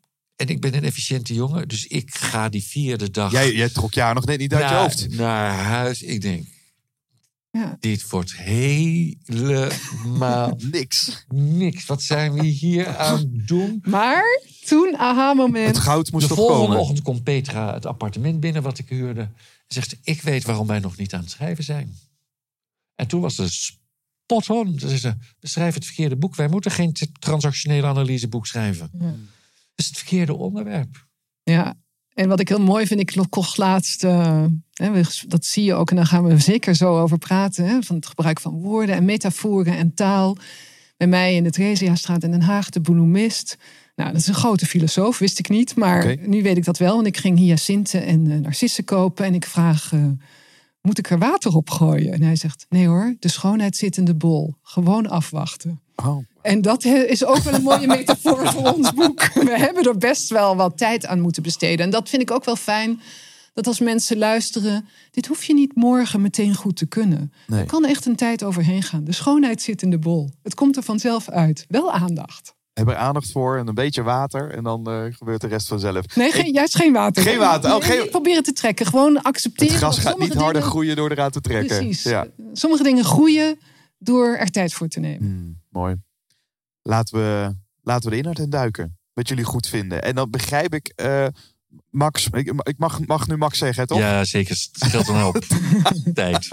En ik ben een efficiënte jongen, dus ik ga die 4e dag... Jij trok jaar nog net niet uit je hoofd. Naar huis. Ik denk, Ja. dit wordt helemaal Niks. Wat zijn we hier aan het doen? Maar toen, aha-moment. Het goud moest De toch volgende komen. ochtend komt Petra het appartement binnen wat ik huurde. En zegt, ik weet waarom wij nog niet aan het schrijven zijn. En toen was ze spot on. Ze schrijven het verkeerde boek. Wij moeten geen transactionele analyseboek schrijven. Ja. Dat is het verkeerde onderwerp. Ja, en wat ik heel mooi vind, ik kocht laatst, dat zie je ook, en daar gaan we zeker zo over praten, hè, van het gebruik van woorden en metaforen en taal. Bij mij in de Theresiastraat in Den Haag, de bloemist. Nou, dat is een grote filosoof, wist ik niet, maar nu weet ik dat wel. Want ik ging hyacinten en narcissen kopen en ik vraag, moet ik er water op gooien? En hij zegt, nee hoor, de schoonheid zit in de bol. Gewoon afwachten. Oh. En dat is ook wel een mooie metafoor voor ons boek. We hebben er best wel wat tijd aan moeten besteden. En dat vind ik ook wel fijn, dat als mensen luisteren, dit hoef je niet morgen meteen goed te kunnen. Nee. Er kan echt een tijd overheen gaan. De schoonheid zit in de bol. Het komt er vanzelf uit. Wel aandacht. Heb er aandacht voor en een beetje water en dan gebeurt de rest vanzelf. Nee, juist geen water. Geen water. Oh, Nee, probeer het te trekken. Gewoon accepteren. Het gras dat gaat niet sommige harder dingen- groeien door eraan te trekken. Precies. Ja. Sommige dingen groeien door er tijd voor te nemen. Mooi. Laten we de inhoud induiken. Wat jullie goed vinden. En dan begrijp ik, Max, ik mag nu Max zeggen, toch? Ja, zeker. Het scheelt een hoop tijd.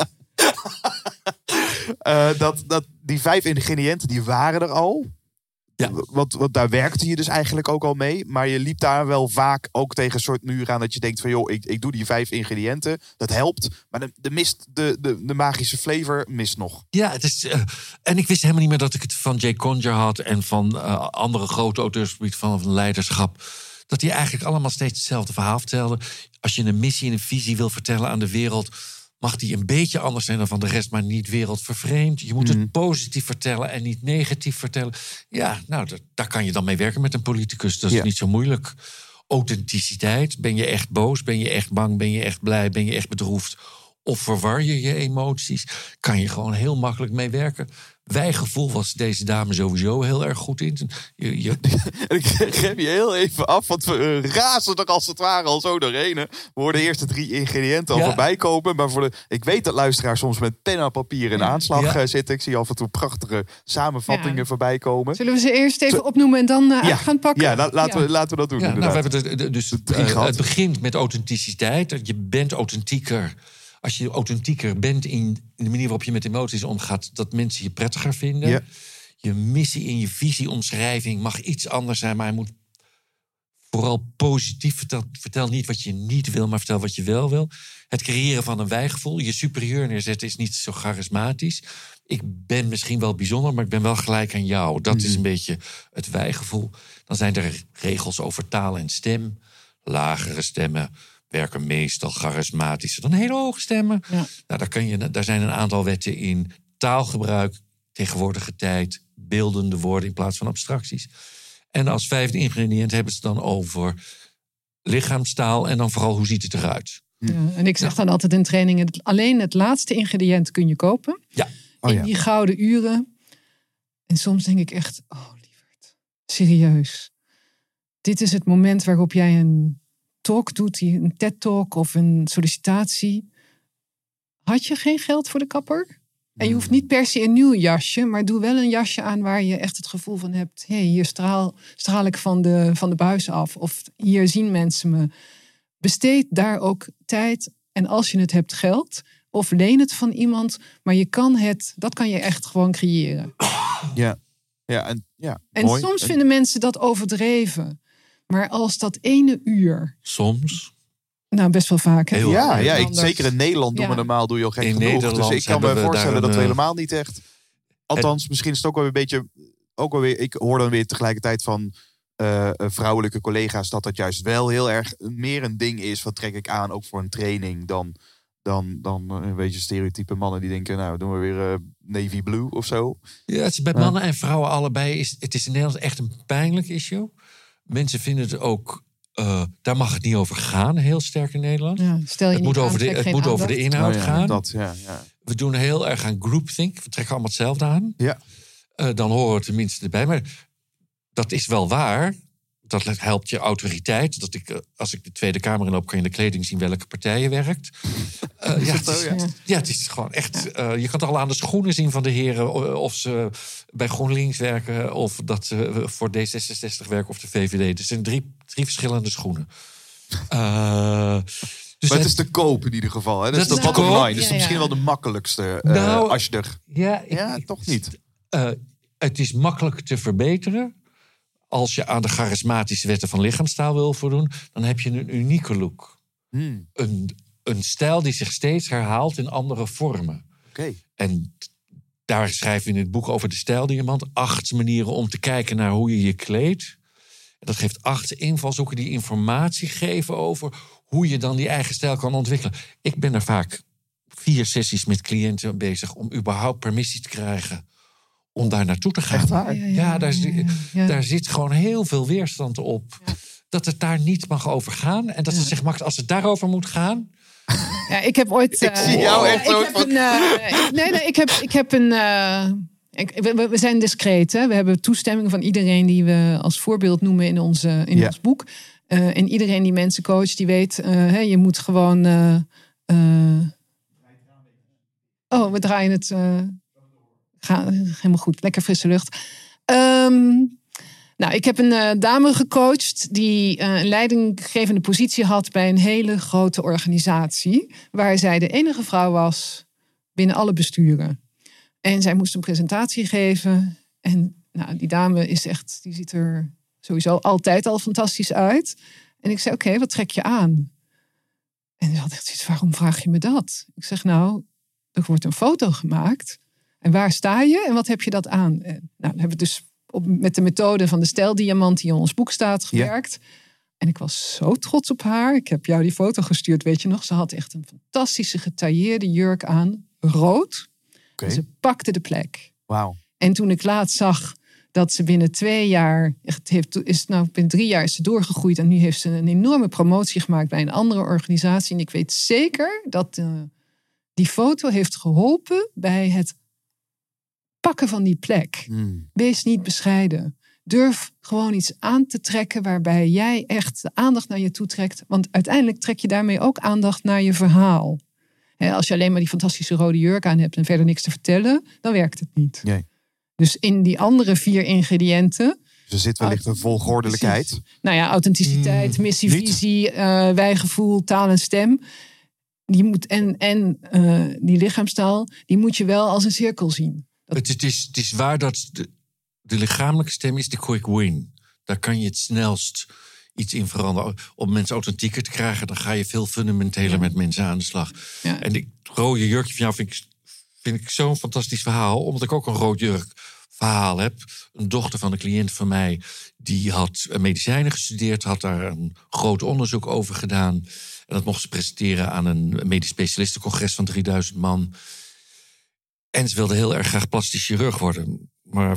Dat die 5 ingrediënten, die waren er al. Ja. Want daar werkte je dus eigenlijk ook al mee. Maar je liep daar wel vaak ook tegen een soort muur aan dat je denkt van joh, ik doe die 5 ingrediënten. Dat helpt. Maar de magische flavor mist nog. Ja, het is. En ik wist helemaal niet meer dat ik het van Jay Conyer had en van andere grote auteurs op het gebied van leiderschap. Dat die eigenlijk allemaal steeds hetzelfde verhaal vertelden. Als je een missie en een visie wil vertellen aan de wereld, mag die een beetje anders zijn dan van de rest, maar niet wereldvervreemd. Je moet het positief vertellen en niet negatief vertellen. Ja, nou, daar kan je dan mee werken met een politicus. Dat is niet zo moeilijk. Authenticiteit. Ben je echt boos? Ben je echt bang? Ben je echt blij? Ben je echt bedroefd? Of verwar je je emoties? Kan je gewoon heel makkelijk mee werken. Wijgevoel was deze dame sowieso heel erg goed in. Ik geef je heel even af, want we razen er als het ware al zo doorheen. Hè. We hoorden eerst de 3 ingrediënten al voorbij komen. Maar ik weet dat luisteraars soms met pen en papier in de aanslag zitten. Ik zie af en toe prachtige samenvattingen voorbij komen. Zullen we ze eerst even opnoemen en dan uit gaan pakken? Ja, laten we dat doen. Ja, nou, we hebben het begint met authenticiteit. Je bent authentieker. Als je authentieker bent in de manier waarop je met emoties omgaat, dat mensen je prettiger vinden. Ja. Je missie in je visieomschrijving mag iets anders zijn, maar hij moet vooral positief. Vertel niet wat je niet wil, maar vertel wat je wel wil. Het creëren van een wijgevoel. Je superieur neerzetten is niet zo charismatisch. Ik ben misschien wel bijzonder, maar ik ben wel gelijk aan jou. Dat is een beetje het wijgevoel. Dan zijn er regels over taal en stem. Lagere stemmen werken meestal charismatischer dan hele hoge stemmen. Ja. Nou, daar zijn een aantal wetten in. Taalgebruik, tegenwoordige tijd, beeldende woorden in plaats van abstracties. En als 5e ingrediënt hebben ze het dan over lichaamstaal en dan vooral hoe ziet het eruit. Ja, en ik zeg dan altijd in trainingen, alleen het laatste ingrediënt kun je kopen. Ja. In die gouden uren. En soms denk ik echt, oh lieverd, serieus. Dit is het moment waarop jij een talk doet, een TED-talk of een sollicitatie. Had je geen geld voor de kapper? En je hoeft niet per se een nieuw jasje, maar doe wel een jasje aan waar je echt het gevoel van hebt, hey, hier straal ik van de buis af. Of hier zien mensen me. Besteed daar ook tijd. En als je het hebt, geld. Of leen het van iemand. Maar dat kan je echt gewoon creëren. En mooi. Soms vinden mensen dat overdreven. Maar als dat ene uur. Soms. Nou, best wel vaak. Hè? Zeker in Nederland doen we normaal, doe je al gek genoeg. Nederland dus ik kan me voorstellen dat we helemaal niet echt. Althans, misschien is het ook wel een beetje. Ik hoor dan weer tegelijkertijd van vrouwelijke collega's dat juist wel heel erg meer een ding is. Wat trek ik aan, ook voor een training, dan een beetje stereotype mannen die denken, nou doen we weer navy blue of zo. Ja, het is bij mannen en vrouwen allebei. Het is in Nederland echt een pijnlijk issue. Mensen vinden het ook. Daar mag het niet over gaan, heel sterk in Nederland. Ja, stel je het moet over de inhoud gaan. We doen heel erg aan groupthink. We trekken allemaal hetzelfde aan. Ja. Dan horen we tenminste erbij. Maar dat is wel waar. dat helpt je autoriteit. Als ik de Tweede Kamer inloop, kan je in de kleding zien welke partij je werkt. Het is gewoon echt... je kan het al aan de schoenen zien van de heren... of ze bij GroenLinks werken... of dat ze voor D66 werken of de VVD. Er zijn drie verschillende schoenen. Dus maar het is te koop in ieder geval. Hè? Dat is de bottom line. Dus misschien wel de makkelijkste. Als je er... toch niet. Het is makkelijk te verbeteren. Als je aan de charismatische wetten van lichaamstaal wil voldoen... dan heb je een unieke look. Een stijl die zich steeds herhaalt in andere vormen. Okay. En daar schrijven we in het boek over de stijldiamant... 8 manieren om te kijken naar hoe je je kleedt. En dat geeft 8 invalshoeken die informatie geven over... hoe je dan die eigen stijl kan ontwikkelen. Ik ben er vaak 4 sessies met cliënten bezig... om überhaupt permissie te krijgen om daar naartoe te gaan. Echt waar? Ja, daar zit gewoon heel veel weerstand op. Ja. Dat het daar niet mag over gaan. En dat ze zich maakt als het daarover moet gaan... Ja, ik heb ooit... ik zie jou echt zo... We zijn discreet. Hè? We hebben toestemming van iedereen die we als voorbeeld noemen in ons boek. En iedereen die mensen coacht, die weet... je moet gewoon... we draaien het... helemaal goed, lekker frisse lucht. Ik heb een dame gecoacht die een leidinggevende positie had bij een hele grote organisatie. Waar zij de enige vrouw was binnen alle besturen. En zij moest een presentatie geven. En die dame die ziet er sowieso altijd al fantastisch uit. En ik zei, oké, wat trek je aan? En ze had echt zoiets, waarom vraag je me dat? Ik zeg, er wordt een foto gemaakt... En waar sta je en wat heb je dat aan? Dan hebben we dus met de methode van de stijldiamant die in ons boek staat gewerkt. Ja. En ik was zo trots op haar. Ik heb jou die foto gestuurd, weet je nog. Ze had echt een fantastische getailleerde jurk aan. Rood. Okay. En ze pakte de plek. Wauw. En toen ik laatst zag dat ze binnen 2 jaar... binnen 3 jaar is ze doorgegroeid. En nu heeft ze een enorme promotie gemaakt bij een andere organisatie. En ik weet zeker dat die foto heeft geholpen bij het pakken van die plek. Wees niet bescheiden. Durf gewoon iets aan te trekken waarbij jij echt de aandacht naar je toe trekt. Want uiteindelijk trek je daarmee ook aandacht naar je verhaal. Als je alleen maar die fantastische rode jurk aan hebt en verder niks te vertellen, dan werkt het niet. Nee. Dus in die andere 4 ingrediënten... Dus er zit wellicht een volgordelijkheid. Authenticiteit, missie, visie, wijgevoel, taal en stem. Die moet die lichaamstaal, die moet je wel als een cirkel zien. Het is waar dat de lichamelijke stem is de quick win. Daar kan je het snelst iets in veranderen. Om mensen authentieker te krijgen, dan ga je veel fundamenteler met mensen aan de slag. Ja. En die rode jurkje van jou vind ik zo'n fantastisch verhaal. Omdat ik ook een rood jurk verhaal heb. Een dochter van een cliënt van mij, die had medicijnen gestudeerd. Had daar een groot onderzoek over gedaan. En dat mocht ze presenteren aan een medisch specialistencongres van 3000 man. En ze wilde heel erg graag plastisch chirurg worden. Maar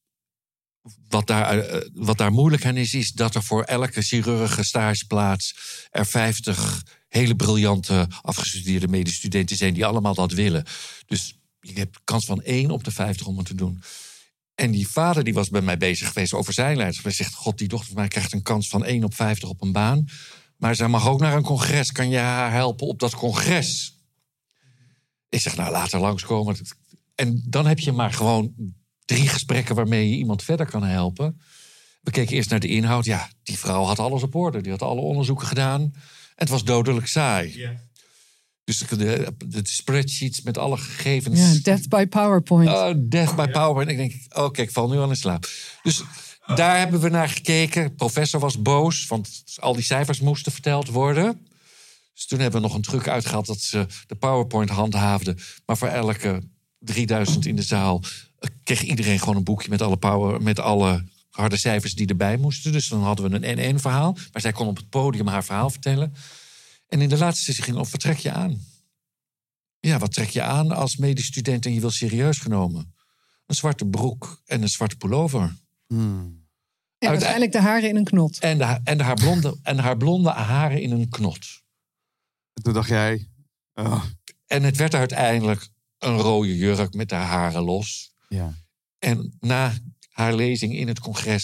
wat daar moeilijk aan is dat er voor elke chirurgische stageplaats er 50 hele briljante afgestudeerde medestudenten zijn die allemaal dat willen. Dus je hebt kans van 1 op de 50 om het te doen. En die vader die was bij mij bezig geweest over zijn leiderschap. Hij zegt, god, die dochter van mij krijgt een kans van 1 op 50 op een baan. Maar zij mag ook naar een congres. Kan je haar helpen op dat congres? Ik zeg, laat haar langskomen. En dan heb je maar gewoon 3 gesprekken waarmee je iemand verder kan helpen. We keken eerst naar de inhoud. Ja, die vrouw had alles op orde. Die had alle onderzoeken gedaan. En het was dodelijk saai. Yeah. Dus de spreadsheets met alle gegevens. Ja, death by PowerPoint. Death by PowerPoint. En ik denk, ik val nu al in slaap. Dus daar hebben we naar gekeken. De professor was boos, want al die cijfers moesten verteld worden. Dus toen hebben we nog een truc uitgehaald dat ze de PowerPoint handhaafden. Maar voor elke 3000 in de zaal kreeg iedereen gewoon een boekje met alle harde cijfers die erbij moesten. Dus dan hadden we een N1-verhaal. Maar zij kon op het podium haar verhaal vertellen. En in de laatste sessie ging wat trek je aan? Ja, wat trek je aan als medestudent en je wil serieus genomen? Een zwarte broek en een zwarte pullover. En waarschijnlijk de haren in een knot. En haar blonde haren in een knot. Toen dacht jij... Oh. En het werd uiteindelijk een rode jurk met haar haren los. Ja. En na haar lezing in het congres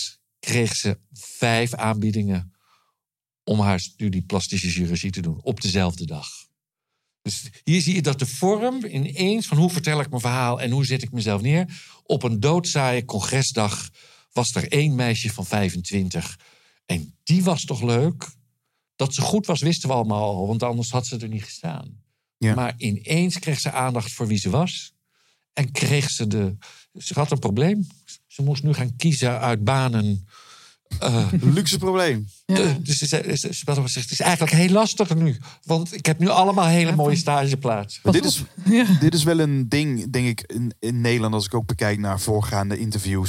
kreeg ze 5 aanbiedingen om haar studie plastische chirurgie te doen. Op dezelfde dag. Dus hier zie je dat de vorm ineens van hoe vertel ik mijn verhaal en hoe zet ik mezelf neer. Op een doodzaaie congresdag was er 1 meisje van 25. En die was toch leuk? Dat ze goed was, wisten we allemaal al, want anders had ze er niet gestaan. Ja. Maar ineens kreeg ze aandacht voor wie ze was. En kreeg ze Ze had een probleem. Ze moest nu gaan kiezen uit banen. Luxe probleem. Ja. Dus ze het is eigenlijk heel lastig nu. Want ik heb nu allemaal hele mooie stageplaatsen. Dit is wel een ding, denk ik, in Nederland, als ik ook bekijk naar voorgaande interviews.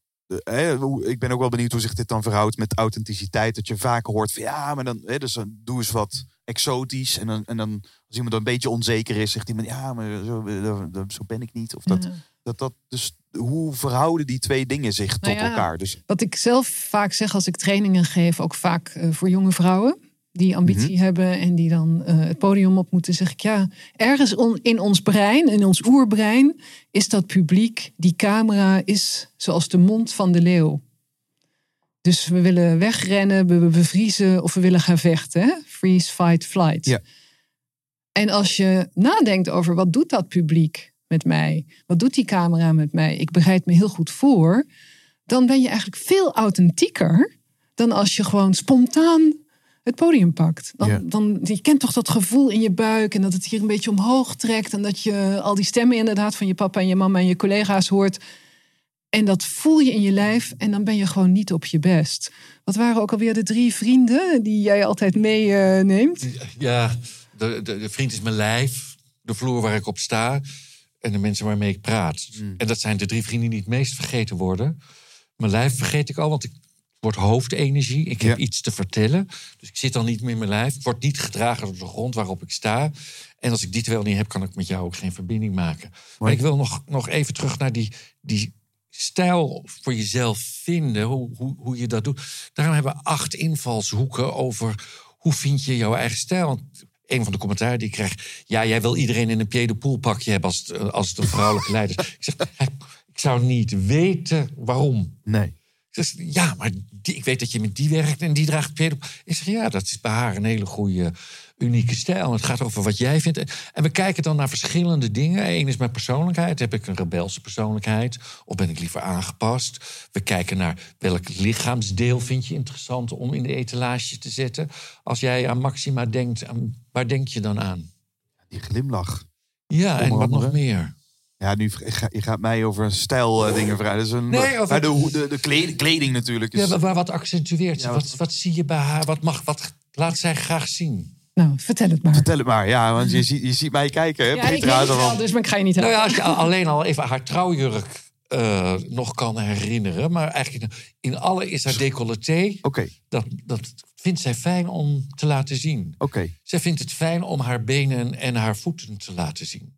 Ik ben ook wel benieuwd hoe zich dit dan verhoudt met authenticiteit. Dat je vaak hoort van ja, maar dan, dus dan doe eens wat exotisch. En dan als iemand een beetje onzeker is, zegt iemand ja, maar zo ben ik niet. Of dus hoe verhouden die 2 dingen zich tot elkaar? Dus... Wat ik zelf vaak zeg als ik trainingen geef, ook vaak voor jonge vrouwen die ambitie hebben en die dan het podium op moeten, zeg ik ja, ergens in ons brein, in ons oerbrein, is dat publiek, die camera is zoals de mond van de leeuw. Dus we willen wegrennen, we bevriezen of we willen gaan vechten. Hè? Freeze, fight, flight. Ja. En als je nadenkt over wat doet dat publiek met mij? Wat doet die camera met mij? Ik bereid me heel goed voor. Dan ben je eigenlijk veel authentieker dan als je gewoon spontaan het podium pakt. Je kent toch dat gevoel in je buik en dat het hier een beetje omhoog trekt en dat je al die stemmen inderdaad van je papa en je mama en je collega's hoort. En dat voel je in je lijf en dan ben je gewoon niet op je best. Wat waren ook alweer de 3 vrienden die jij altijd meeneemt? Ja, de vriend is mijn lijf, de vloer waar ik op sta en de mensen waarmee ik praat. En dat zijn de 3 vrienden die het meest vergeten worden. Mijn lijf vergeet ik al, want ik word hoofdenergie. Ik heb iets te vertellen. Dus ik zit dan niet meer in mijn lijf. Ik word niet gedragen door de grond waarop ik sta. En als ik die 2 niet heb, kan ik met jou ook geen verbinding maken. Maar ik wil nog even terug naar die stijl voor jezelf vinden. Hoe je dat doet. Daarom hebben we 8 invalshoeken over hoe vind je jouw eigen stijl. Want een van de commentaren die ik krijg, ja, jij wil iedereen in een pied-de-poel pakje hebben als het een vrouwelijke leider is. Ik zeg, ik zou niet weten waarom. Nee. Dus ja, maar ik weet dat je met die werkt en die draagt pied-de-poel. Ik zeg, ja, dat is bij haar een hele goede, unieke stijl. Het gaat over wat jij vindt. En we kijken dan naar verschillende dingen. Eén is mijn persoonlijkheid. Heb ik een rebelse persoonlijkheid? Of ben ik liever aangepast? We kijken naar welk lichaamsdeel vind je interessant om in de etalage te zetten. Als jij aan Maxima denkt, waar denk je dan aan? Die glimlach. Ja, en wat nog meer? Ja, nu je gaat mij over stijl dingen vragen. De kleding natuurlijk. Ja, maar wat accentueert ze? Wat zie je bij haar? Wat laat zij graag zien? Nou, vertel het maar. Vertel het maar, ja, want je ziet mij kijken. Hè, ja, ik weet het wel, dus maar ik ga je niet helpen. Nou ja, als je alleen al even haar trouwjurk nog kan herinneren. Maar eigenlijk in alle is haar decolleté. Dat vindt zij fijn om te laten zien. Zij vindt het fijn om haar benen en haar voeten te laten zien.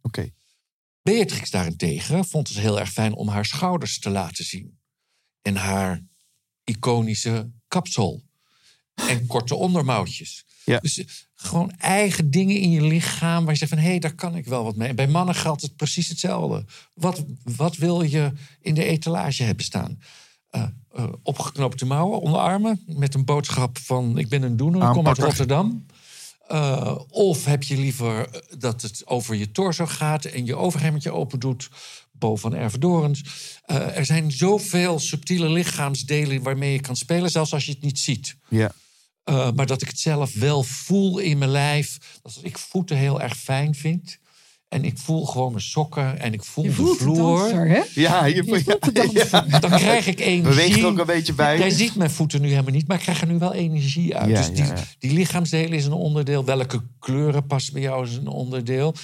Beatrix daarentegen vond het heel erg fijn om haar schouders te laten zien. En haar iconische kapsel. En korte ondermouwtjes. Ja. Dus gewoon eigen dingen in je lichaam waar je zegt van hé, daar kan ik wel wat mee. En bij mannen geldt het precies hetzelfde. Wat wil je in de etalage hebben staan? Opgeknoopte mouwen, onderarmen met een boodschap van ik ben een doener, ik kom uit Rotterdam. Of heb je liever dat het over je torso gaat en je overhemdje open doet, Bo van Ervedorens. Er zijn zoveel subtiele lichaamsdelen waarmee je kan spelen, zelfs als je het niet ziet. Ja. Maar dat ik het zelf wel voel in mijn lijf. Dat ik voeten heel erg fijn vind. En ik voel gewoon mijn sokken en ik voel de vloer. Danser, hè? Ja, je voelt de danser. Dan krijg ik energie. Beweeg er ook een beetje bij. Jij ziet mijn voeten nu helemaal niet, maar ik krijg er nu wel energie uit. Ja, dus die lichaamsdelen is een onderdeel. Welke kleuren passen bij jou is een onderdeel.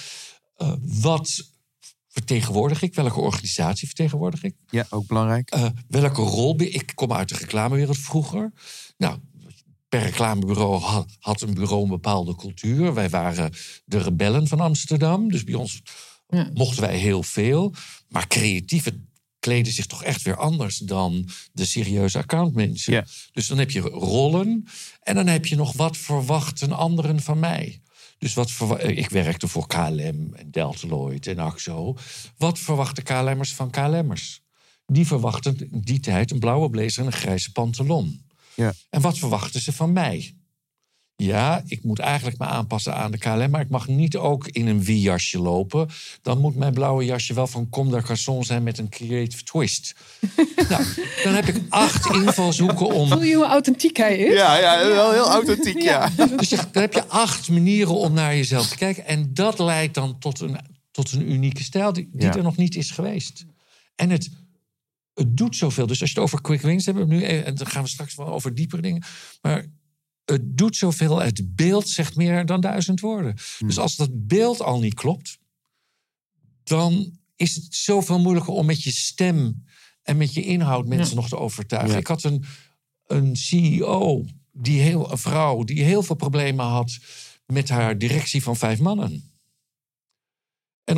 Wat vertegenwoordig ik? Welke organisatie vertegenwoordig ik? Ja, ook belangrijk. Welke rol? Ik kom uit de reclamewereld vroeger. Nou, per reclamebureau had een bureau een bepaalde cultuur. Wij waren de rebellen van Amsterdam. Dus bij ons mochten wij heel veel. Maar creatieven kleden zich toch echt weer anders dan de serieuze accountmensen. Ja. Dus dan heb je rollen. En dan heb je nog wat verwachten anderen van mij. Dus ik werkte voor KLM en Deltaloid en AXO. Wat verwachten KLM'ers van KLM'ers? die verwachten in die tijd een blauwe blazer en een grijze pantalon. Ja. En wat verwachten ze van mij? Ja, ik moet eigenlijk me aanpassen aan de KLM... maar ik mag niet ook in een wie-jasje lopen. Dan moet mijn blauwe jasje wel van Comme des Garçons zijn... met een creative twist. Nou, dan heb ik 8 invalshoeken om... Voel je hoe authentiek hij is? Ja, wel heel authentiek, ja. Dus dan heb je 8 manieren om naar jezelf te kijken. En dat leidt dan tot een unieke stijl die er nog niet is geweest. En het doet zoveel. Dus als je het over quick wins hebt... nu, en dan gaan we straks wel over diepere dingen... maar het doet zoveel. Het beeld zegt meer dan 1000 woorden. Dus als dat beeld al niet klopt... dan is het zoveel moeilijker om met je stem... en met je inhoud mensen nog te overtuigen. Ja. Ik had een CEO, een vrouw... die heel veel problemen had met haar directie van 5 mannen. En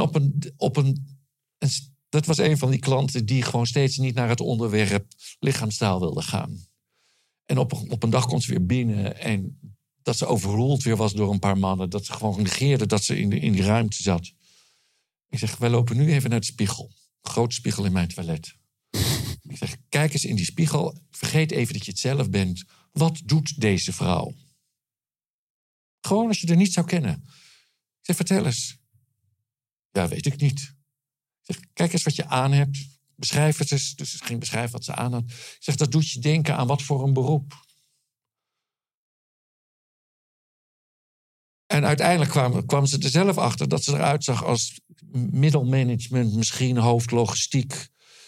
dat was een van die klanten... die gewoon steeds niet naar het onderwerp lichaamstaal wilde gaan. En op een dag komt ze weer binnen... en dat ze overroeld weer was door een paar mannen... dat ze gewoon negeerde dat ze in die ruimte zat. Ik zeg, wij lopen nu even naar de spiegel. Een grote spiegel in mijn toilet. Ik zeg, kijk eens in die spiegel. Vergeet even dat je het zelf bent. Wat doet deze vrouw? Gewoon als je er niet zou kennen. Ik zeg, vertel eens. Ja, weet ik niet. Ik zeg, kijk eens wat je aan hebt. Beschrijf het eens. Dus ik ging beschrijven wat ze aan had. Ik zeg, dat doet je denken aan wat voor een beroep. En uiteindelijk kwam ze er zelf achter... dat ze eruit zag als middelmanagement, misschien hoofdlogistiek...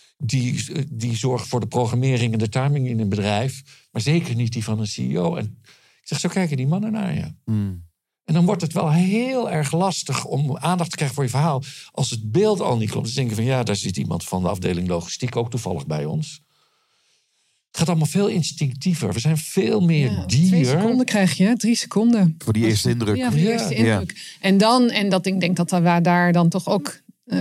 die zorgt voor de programmering en de timing in een bedrijf... maar zeker niet die van een CEO. En ik zeg, zo kijken die mannen naar je. En dan wordt het wel heel erg lastig om aandacht te krijgen voor je verhaal... als het beeld al niet klopt. Dus denken van, ja, daar zit iemand van de afdeling logistiek... ook toevallig bij ons. Het gaat allemaal veel instinctiever. We zijn veel meer dier. 2 seconden krijg je, 3 seconden. Voor die eerste indruk. Ja, voor die eerste indruk. En ik denk dat we daar dan toch ook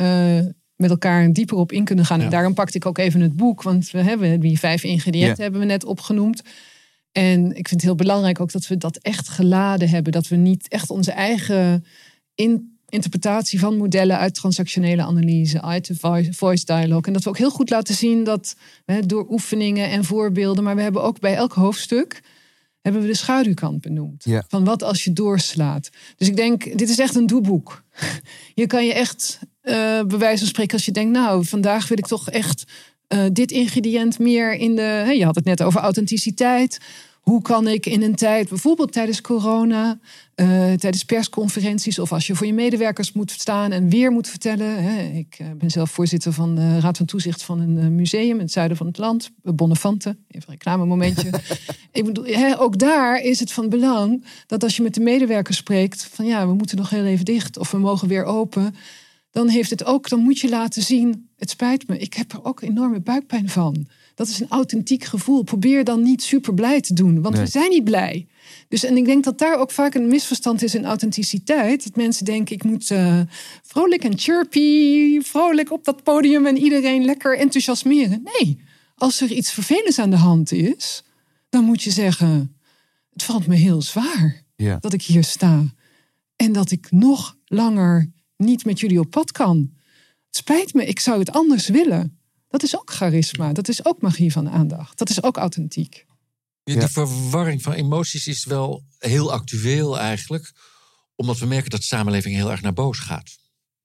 met elkaar dieper op in kunnen gaan. En daarom pakte ik ook even het boek. Want we hebben die 5 ingrediënten hebben we net opgenoemd. En ik vind het heel belangrijk ook dat we dat echt geladen hebben. Dat we niet echt onze eigen interpretatie van modellen uit transactionele analyse, uit de voice dialogue. En dat we ook heel goed laten zien dat door oefeningen en voorbeelden, maar we hebben ook bij elk hoofdstuk hebben we de schaduwkant benoemd. Ja. Van wat als je doorslaat. Dus ik denk, dit is echt een doeboek. Je kan je echt bij wijze van spreken, als je denkt, nou, vandaag wil ik toch echt dit ingrediënt meer in de... Je had het net over authenticiteit. Hoe kan ik in een tijd, bijvoorbeeld tijdens corona, tijdens persconferenties, of als je voor je medewerkers moet staan en weer moet vertellen. Ik ben zelf voorzitter van de Raad van Toezicht van een museum in het zuiden van het land, Bonnefante, even een reclamemomentje. Ik bedoel, ook daar is het van belang dat als je met de medewerkers spreekt, van ja, we moeten nog heel even dicht of we mogen weer open. Dan moet je laten zien, het spijt me, ik heb er ook enorme buikpijn van. Dat is een authentiek gevoel. Probeer dan niet super blij te doen, want we zijn niet blij. Dus, en ik denk dat daar ook vaak een misverstand is in authenticiteit. Dat mensen denken, ik moet vrolijk en chirpy, vrolijk op dat podium en iedereen lekker enthousiasmeren. Nee, als er iets vervelends aan de hand is, dan moet je zeggen, het valt me heel zwaar dat ik hier sta. En dat ik nog langer niet met jullie op pad kan. Het spijt me, ik zou het anders willen. Dat is ook charisma, dat is ook magie van aandacht. Dat is ook authentiek. Ja, die verwarring van emoties is wel heel actueel eigenlijk. Omdat we merken dat de samenleving heel erg naar boos gaat.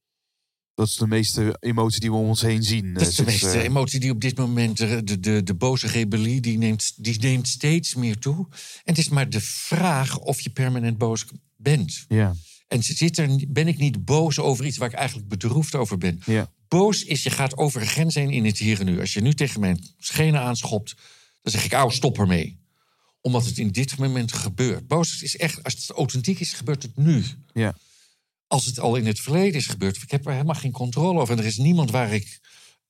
Dat is de meeste emotie die we om ons heen zien. Dat is de meeste emotie die op dit moment... De boze rebellie, die neemt steeds meer toe. En het is maar de vraag of je permanent boos bent. Ja. En ben ik niet boos over iets waar ik eigenlijk bedroefd over ben. Ja. Boos is, je gaat over een grens heen in het hier en nu. Als je nu tegen mijn schenen aanschopt, dan zeg ik, stop ermee. Omdat het in dit moment gebeurt. Boos is echt, als het authentiek is, gebeurt het nu. Ja. Als het al in het verleden is gebeurd, ik heb er helemaal geen controle over. En er is niemand waar ik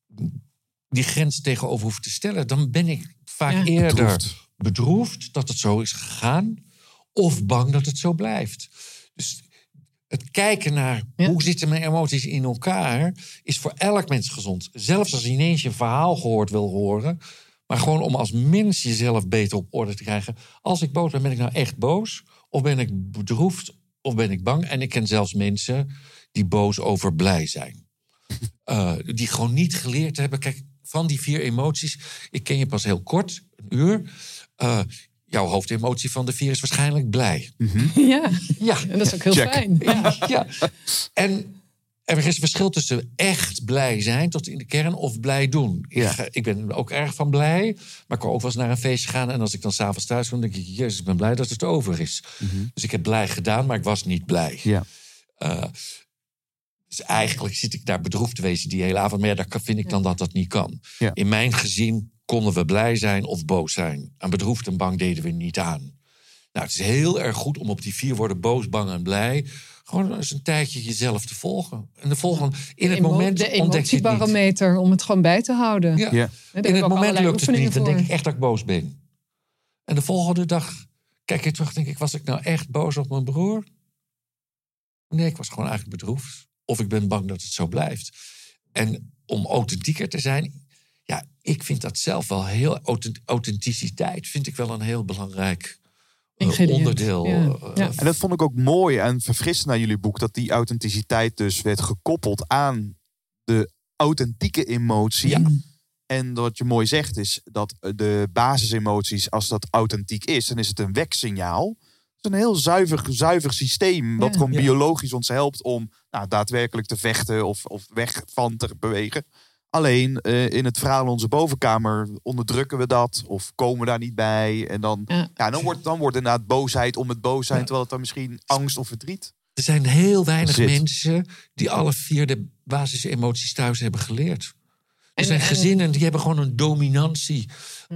die grens tegenover hoef te stellen. Dan ben ik vaak eerder bedroefd dat het zo is gegaan. Of bang dat het zo blijft. Dus het kijken naar hoe zitten mijn emoties in elkaar is voor elk mens gezond. Zelfs als je ineens je verhaal gehoord wil horen. Maar gewoon om als mens jezelf beter op orde te krijgen. Als ik boos ben ik nou echt boos? Of ben ik bedroefd? Of ben ik bang? En ik ken zelfs mensen die boos over blij zijn. Die gewoon niet geleerd hebben. Kijk, van die 4 emoties... Ik ken je pas heel kort, een uur. Jouw hoofdemotie van de 4 is waarschijnlijk blij. Ja, Ja, en dat is ook heel Check. fijn. Ja. ja. En er is een verschil tussen echt blij zijn tot in de kern of blij doen. Ja. Ik ben ook erg van blij, maar ik kan ook wel eens naar een feestje gaan. En als ik dan 's avonds thuis kom, denk ik, jezus, ik ben blij dat het over is. Dus ik heb blij gedaan, maar ik was niet blij. Ja. Dus eigenlijk zit ik daar bedroefd te wezen die hele avond. Maar daar vind ik dan dat dat niet kan. Ja. In mijn gezin konden we blij zijn of boos zijn. Aan bedroefd en bang deden we niet aan. Nou, het is heel erg goed om op die 4 woorden boos, bang en blij... gewoon eens een tijdje jezelf te volgen. En de volgende, in het moment De ontdek je het niet. emotiebarometer, om het gewoon bij te houden. Ja. Ja. In het moment lukt het niet, dan denk ik echt dat ik boos ben. En de volgende dag kijk ik terug, denk ik, was ik nou echt boos op mijn broer? Nee, ik was gewoon eigenlijk bedroefd. Of ik ben bang dat het zo blijft. En om authentieker te zijn, ja, ik vind dat zelf wel heel... Authenticiteit vind ik wel een heel belangrijk onderdeel. Ja. En dat vond ik ook mooi en verfrissend aan jullie boek. Dat die authenticiteit dus werd gekoppeld aan de authentieke emotie. Ja. En wat je mooi zegt is dat de basisemoties, als dat authentiek is, dan is het een weksignaal. Het is een heel zuiver systeem. Wat gewoon biologisch ons helpt om daadwerkelijk te vechten of weg van te bewegen. Alleen in het verhaal in onze bovenkamer onderdrukken we dat of komen daar niet bij. En dan, dan wordt inderdaad boosheid om het boos zijn, terwijl het dan misschien angst of verdriet. Er zijn heel weinig mensen die alle 4 de basisemoties thuis hebben geleerd. Er zijn gezinnen die hebben gewoon een dominantie.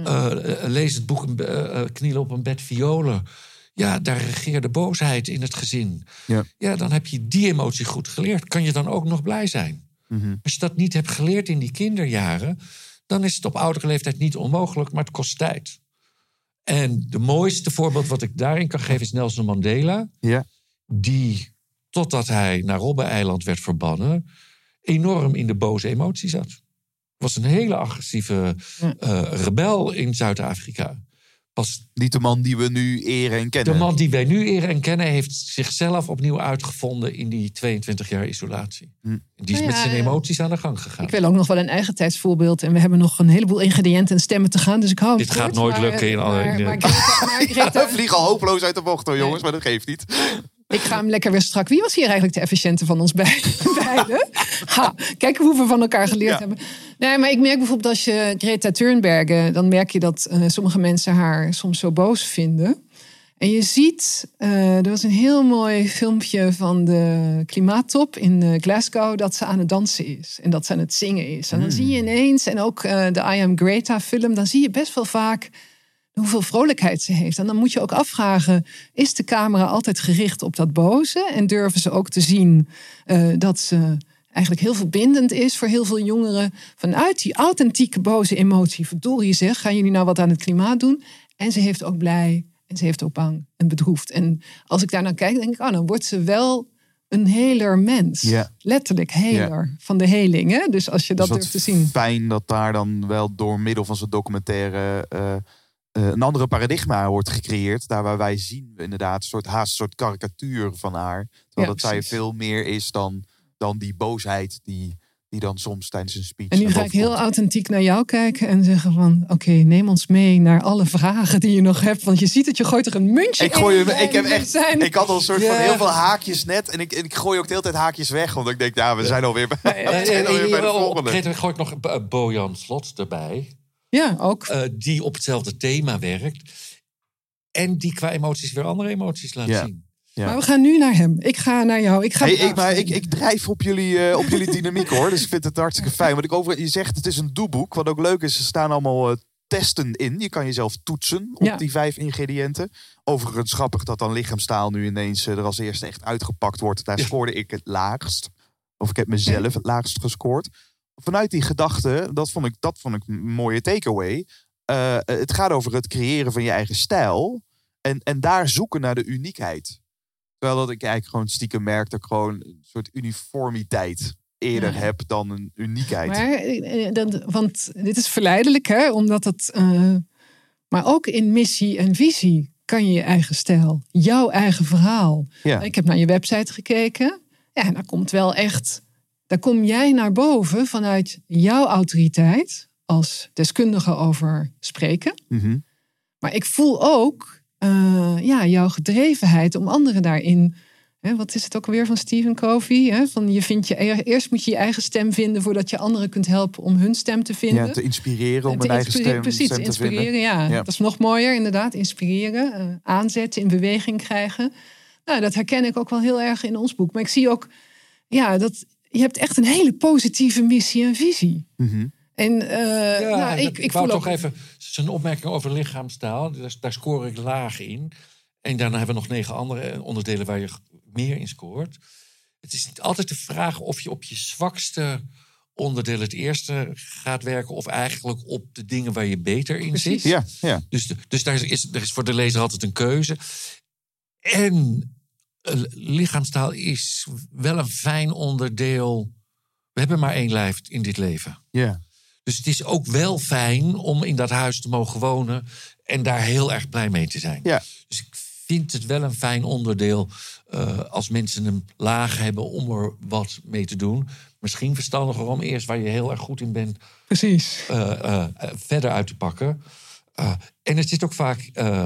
Lees het boek Knielen op een bed violen. Ja, daar regeerde boosheid in het gezin. Ja, dan heb je die emotie goed geleerd. Kan je dan ook nog blij zijn? Als je dat niet hebt geleerd in die kinderjaren, dan is het op oudere leeftijd niet onmogelijk, maar het kost tijd. En de mooiste voorbeeld wat ik daarin kan geven is Nelson Mandela. Ja. Die, totdat hij naar Robben-eiland werd verbannen, enorm in de boze emotie zat. Was een hele agressieve rebel in Zuid-Afrika. Niet de man die we nu eren en kennen. De man die wij nu eren en kennen heeft zichzelf opnieuw uitgevonden in die 22 jaar isolatie. Die is met zijn emoties aan de gang gegaan. Ik wil ook nog wel een eigen tijdsvoorbeeld. En we hebben nog een heleboel ingrediënten en stemmen te gaan. Dus ik hou Dit gaat nooit lukken in alle... We vliegen al hopeloos uit de bocht hoor, jongens, maar dat geeft niet. Ik ga hem lekker weer strak. Wie was hier eigenlijk de efficiënte van ons beiden? Kijk hoe we van elkaar geleerd hebben. Nee, maar ik merk bijvoorbeeld als je Greta Thunberg, dan merk je dat sommige mensen haar soms zo boos vinden. En je ziet, er was een heel mooi filmpje van de klimaattop in Glasgow, dat ze aan het dansen is. En dat ze aan het zingen is. En dan zie je ineens, en ook de I Am Greta film, dan zie je best wel vaak hoeveel vrolijkheid ze heeft. En dan moet je ook afvragen, is de camera altijd gericht op dat boze? En durven ze ook te zien dat ze eigenlijk heel verbindend is voor heel veel jongeren. Vanuit die authentieke boze emotie, verdorie zeg, gaan jullie nou wat aan het klimaat doen? En ze heeft ook blij, en ze heeft ook bang en bedroefd. En als ik daar naar kijk, denk ik, dan wordt ze wel een heler mens. Ja. Letterlijk heler van de heling. Hè? Dus als je dat dus durft te zien. Fijn dat daar dan wel door middel van zo'n documentaire een andere paradigma wordt gecreëerd. Daar waar wij zien we inderdaad een soort karikatuur van haar. Terwijl dat zij veel meer is dan die boosheid die dan soms tijdens een speech... En nu ga ik heel authentiek naar jou kijken en zeggen van... Oké, neem ons mee naar alle vragen die je nog hebt. Want je ziet dat je gooit er een muntje in. Ik had al een soort van heel veel haakjes net. En ik gooi ook de hele tijd haakjes weg. Want ik denk, we zijn alweer bij de volgende. Greta gooit nog Bojan Slot erbij. Ja, ook. Die op hetzelfde thema werkt. En die qua emoties weer andere emoties laat zien. Ja. Maar we gaan nu naar hem. Ik ga naar jou. Ik drijf op jullie dynamiek hoor. Dus ik vind het hartstikke fijn. Want je zegt het is een doeboek. Wat ook leuk is, er staan allemaal testen in. Je kan jezelf toetsen op die 5 ingrediënten. Overigens grappig dat dan lichaamstaal nu ineens er als eerste echt uitgepakt wordt. Daar scoorde ik het laagst. Of ik heb mezelf het laagst gescoord. Vanuit die gedachte, dat vond ik een mooie takeaway. Het gaat over het creëren van je eigen stijl. En daar zoeken naar de uniekheid. Terwijl dat ik eigenlijk gewoon stiekem merk dat ik gewoon een soort uniformiteit eerder heb dan een uniekheid. Want dit is verleidelijk, hè? Omdat het... maar ook in missie en visie kan je eigen stijl. Jouw eigen verhaal. Ja. Ik heb naar je website gekeken. Ja, en daar komt wel echt... Daar kom jij naar boven vanuit jouw autoriteit als deskundige over spreken. Mm-hmm. Maar ik voel ook jouw gedrevenheid om anderen daarin... Wat is het ook alweer van Stephen Covey? Hè? Van eerst moet je je eigen stem vinden voordat je anderen kunt helpen om hun stem te vinden. Ja, te inspireren om een eigen stem precies, te inspireren, vinden. ja. Dat is nog mooier inderdaad. Inspireren, aanzetten, in beweging krijgen. Nou, dat herken ik ook wel heel erg in ons boek. Maar ik zie ook dat je hebt echt een hele positieve missie en visie. Mm-hmm. En ik voel wou ook... toch even zijn opmerking over lichaamstaal. Daar scoor ik laag in. En daarna hebben we nog 9 andere onderdelen waar je meer in scoort. Het is niet altijd de vraag of je op je zwakste onderdeel het eerste gaat werken... of eigenlijk op de dingen waar je beter in zit. Ja. Dus er is voor de lezer altijd een keuze. En lichaamstaal is wel een fijn onderdeel. We hebben maar 1 lijf in dit leven. Ja. Dus het is ook wel fijn om in dat huis te mogen wonen... en daar heel erg blij mee te zijn. Ja. Dus ik vind het wel een fijn onderdeel... als mensen een laag hebben om er wat mee te doen. Misschien verstandiger om eerst waar je heel erg goed in bent... Precies. Verder uit te pakken. En het zit ook vaak